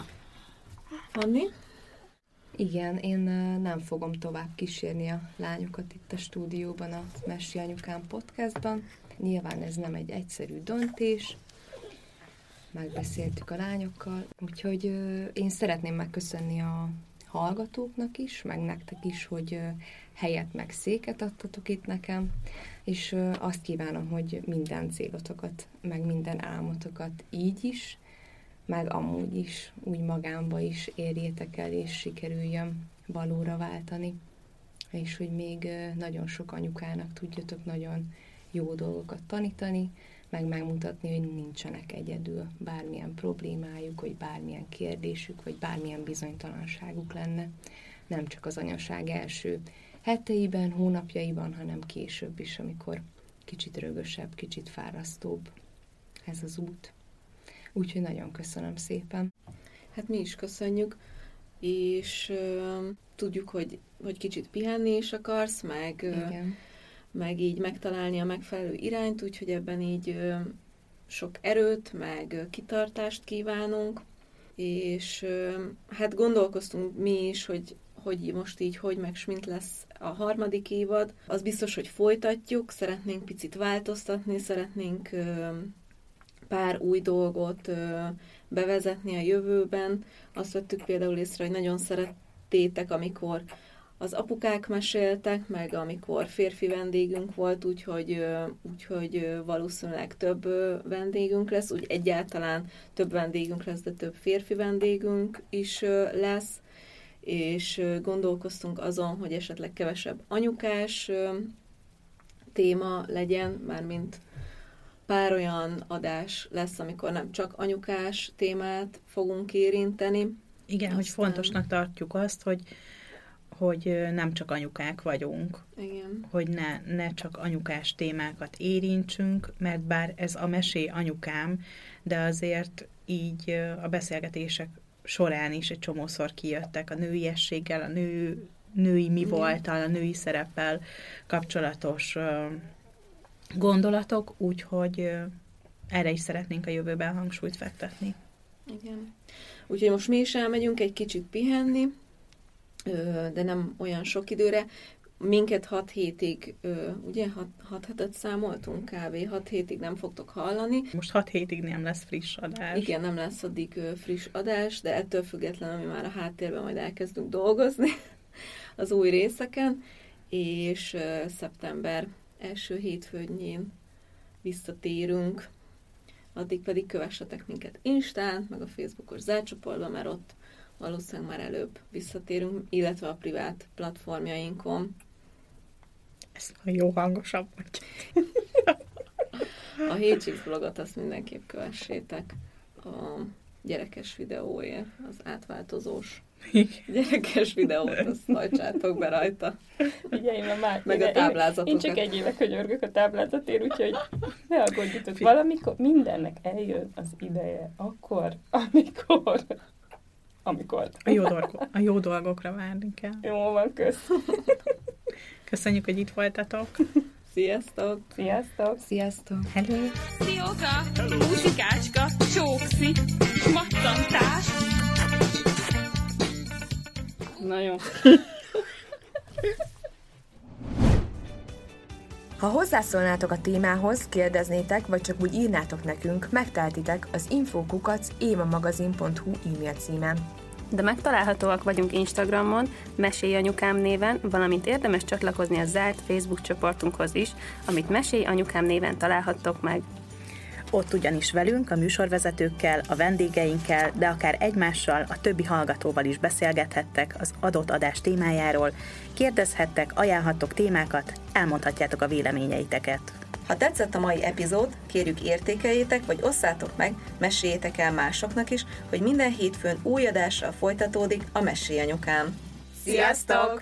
Fanni? Igen, én ö, nem fogom tovább kísérni a lányokat itt a stúdióban a Mesélj Anyukám podcastban. Nyilván ez nem egy egyszerű döntés, megbeszéltük a lányokkal, úgyhogy ö, én szeretném megköszönni a hallgatóknak is, meg nektek is, hogy ö, helyet meg széket adtatok itt nekem, és ö, azt kívánom, hogy minden célotokat, meg minden álmotokat így is, meg amúgy is, úgy magámba is érjétek el, és sikerüljön valóra váltani, és hogy még ö, nagyon sok anyukának tudjatok nagyon jó dolgokat tanítani, meg megmutatni, hogy nincsenek egyedül, bármilyen problémájuk, vagy bármilyen kérdésük, vagy bármilyen bizonytalanságuk lenne. Nem csak az anyaság első heteiben, hónapjaiban, hanem később is, amikor kicsit rögösebb, kicsit fárasztóbb ez az út. Úgyhogy nagyon köszönöm szépen. Hát mi is köszönjük, és ö, tudjuk, hogy, hogy kicsit pihenni is akarsz, meg... ö, Igen. meg így megtalálni a megfelelő irányt, úgyhogy ebben így ö, sok erőt, meg ö, kitartást kívánunk, és ö, hát gondolkoztunk mi is, hogy, hogy most így hogy meg s mint lesz a harmadik évad. Az biztos, hogy folytatjuk, szeretnénk picit változtatni, szeretnénk ö, pár új dolgot ö, bevezetni a jövőben. Azt vettük például észre, hogy nagyon szerettétek, amikor az apukák meséltek, meg amikor férfi vendégünk volt, úgyhogy, úgyhogy valószínűleg több vendégünk lesz, úgy egyáltalán több vendégünk lesz, de több férfi vendégünk is lesz, és gondolkoztunk azon, hogy esetleg kevesebb anyukás téma legyen, mármint pár olyan adás lesz, amikor nem csak anyukás témát fogunk érinteni. Igen, hogy Aztán- fontosnak tartjuk azt, hogy hogy nem csak anyukák vagyunk, Igen. hogy ne, ne csak anyukás témákat érintsünk, mert bár ez a mesé anyukám, de azért így a beszélgetések során is egy csomószor kijöttek a nőiességgel, a nő, női mi volttal, a női szereppel kapcsolatos gondolatok, úgyhogy erre is szeretnénk a jövőben hangsúlyt fektetni. Igen. Úgyhogy most mi is elmegyünk egy kicsit pihenni, de nem olyan sok időre. Minket hat hétig, ugye, hat, hat hetet számoltunk kb. hat hétig nem fogtok hallani. Most hat hétig nem lesz friss adás. Igen, nem lesz addig friss adás, de ettől függetlenül mi már a háttérben majd elkezdünk dolgozni az új részeken, és szeptember első hétfőnyén visszatérünk. Addig pedig kövessetek minket Instán, meg a Facebookos zárcsoportban, mert ott valószínűleg már előbb visszatérünk, illetve a privát platformjainkon. Ezt a jó hangosabb vagy. A Hétchicks vlogot azt mindenképp kövessétek a gyerekes videóért, az átváltozós gyerekes videót, azt hajtsátok be rajta. Figyelj, mert már Meg a táblázatokat. Én csak egy éve könyörgök a táblázatért, úgyhogy ne aggódjatok. Valamikor mindennek eljön az ideje. Akkor, amikor... Amikor. A jó, dolgok, a jó dolgokra várni kell. Jó van, kösz. Köszönjük, hogy itt voltatok. Sziasztok! Sziasztok! Sziasztok! Hello! Szióka, muzsikácska, csókszi, mattantás. Na jó. Ha hozzászólnátok a témához, kérdeznétek, vagy csak úgy írnátok nekünk, megteltitek az infókukac évamagazin pont hu e-mail címen. De megtalálhatóak vagyunk Instagramon, Mesélj Anyukám néven, valamint érdemes csatlakozni a zárt Facebook csoportunkhoz is, amit Mesélj Anyukám néven találhattok meg. Ott ugyanis velünk, a műsorvezetőkkel, a vendégeinkkel, de akár egymással, a többi hallgatóval is beszélgethettek az adott adás témájáról, kérdezhettek, ajánlhattok témákat, elmondhatjátok a véleményeiteket. Ha tetszett a mai epizód, kérjük értékeljétek, vagy osszátok meg, meséljétek el másoknak is, hogy minden hétfőn új adással folytatódik a Mesélj Anyukám. Sziasztok!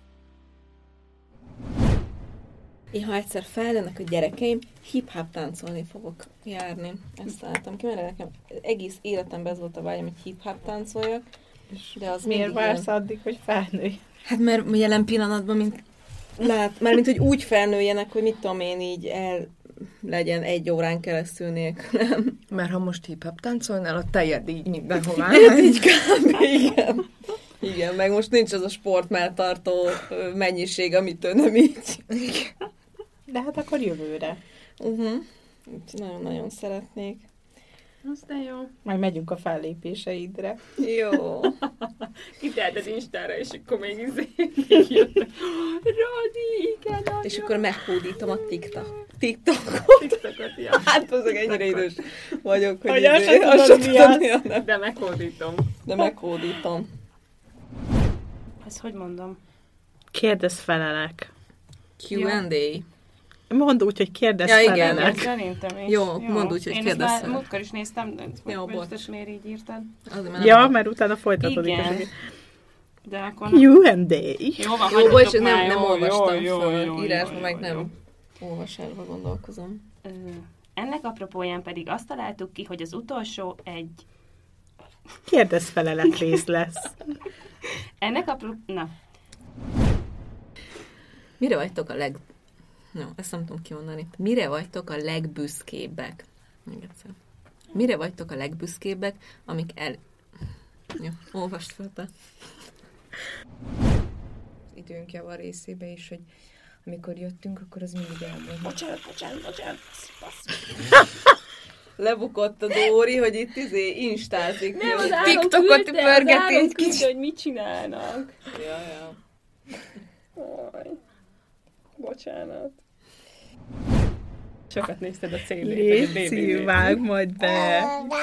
Én ha egyszer felnőnek a gyerekeim, hip-hop táncolni fogok járni. Ezt találtam ki, mert nekem egész életemben ez volt a vágyam, hogy hip-hop táncoljak. De az miért mindig vársz ilyen... addig, hogy felnőj? Hát mert jelen pillanatban, mint lát, már mint hogy úgy felnőjenek, hogy mit tudom én, így el legyen egy órán keresztül nélkülem. Mert ha most hip-hop táncolnál, a tejed így mindenhová. Hát így kb. Igen. Igen, meg most nincs az a sportmelltartó mennyiség, amitől nem így. De hát akkor jövőre. Uh-huh. Nagyon-nagyon szeretnék. Az de jó. Majd megyünk a fellépéseidre. Jó. Kitelt az Instára, és akkor még izé jöttek. Radi, igen, nagyon. És akkor meghódítom a TikTok. TikTokot. TikTokot, ja. Hát azok ennyire idős vagyok, hogy, hogy izé, azt se tudod, azt mi tudod, az. mi a neve. De meghódítom. De meghódítom. Ezt hogy mondom? Kérdezz felelek. Q and A. Mondd úgy, hogy kérdezz Ja, igen. felelek. Szerintem is. Jó, mondd úgy, hogy Én kérdezz ezt már fel. múltkor is néztem, de Jó, most bocs. ezt miért így írtad? Azért, mert Ja, nem- mert utána folytatódik. Igen. az- De akkor... Q and A. Jó, van, Jó, hagyjatok bocs, már, nem, nem jó, olvastam jó, föl. jó, jó, Írásban jó, meg jó, nem jó. olvasásba gondolkozom. Ö, Ennek apropóján pedig azt találtuk ki, hogy az utolsó egy... Kérdezz felelek rész lesz. Ennek apro... Na, Mire vagytok a leg... No, ezt nem tudom kimondani. Mire vagytok a legbüszkébbek? Még egyszer. Mire vagytok a legbüszkébbek, amik el... Jó, olvast fel te. Időnk javar részébe is, hogy amikor jöttünk, akkor az mindig elmondja. bocsánat, bocsánat, bocsánat. Lebukott a Dóri, hogy itt izé instázik. Nem, az állam TikTokot küldte, az pörgeti állam egy kicsit. küldte, hogy mit csinálnak. Ja, ja. Aj. Bocsánat. Sokat nézted a célét. Léci, vág majd be.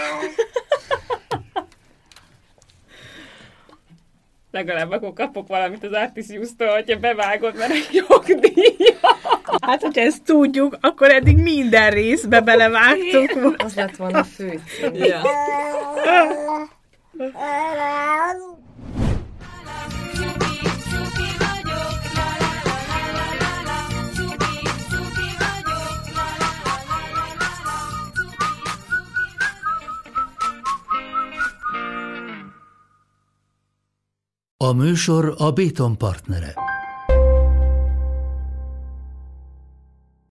Legalább akkor kapok valamit az Artisius-tól, hogyha bevágod, mert egy jogdíja. Hát, hogyha ezt tudjuk, akkor eddig minden részbe belevágtuk. Az lett volna a fő cím. Ja. Szuki, szuki, műsor a Béton partnere.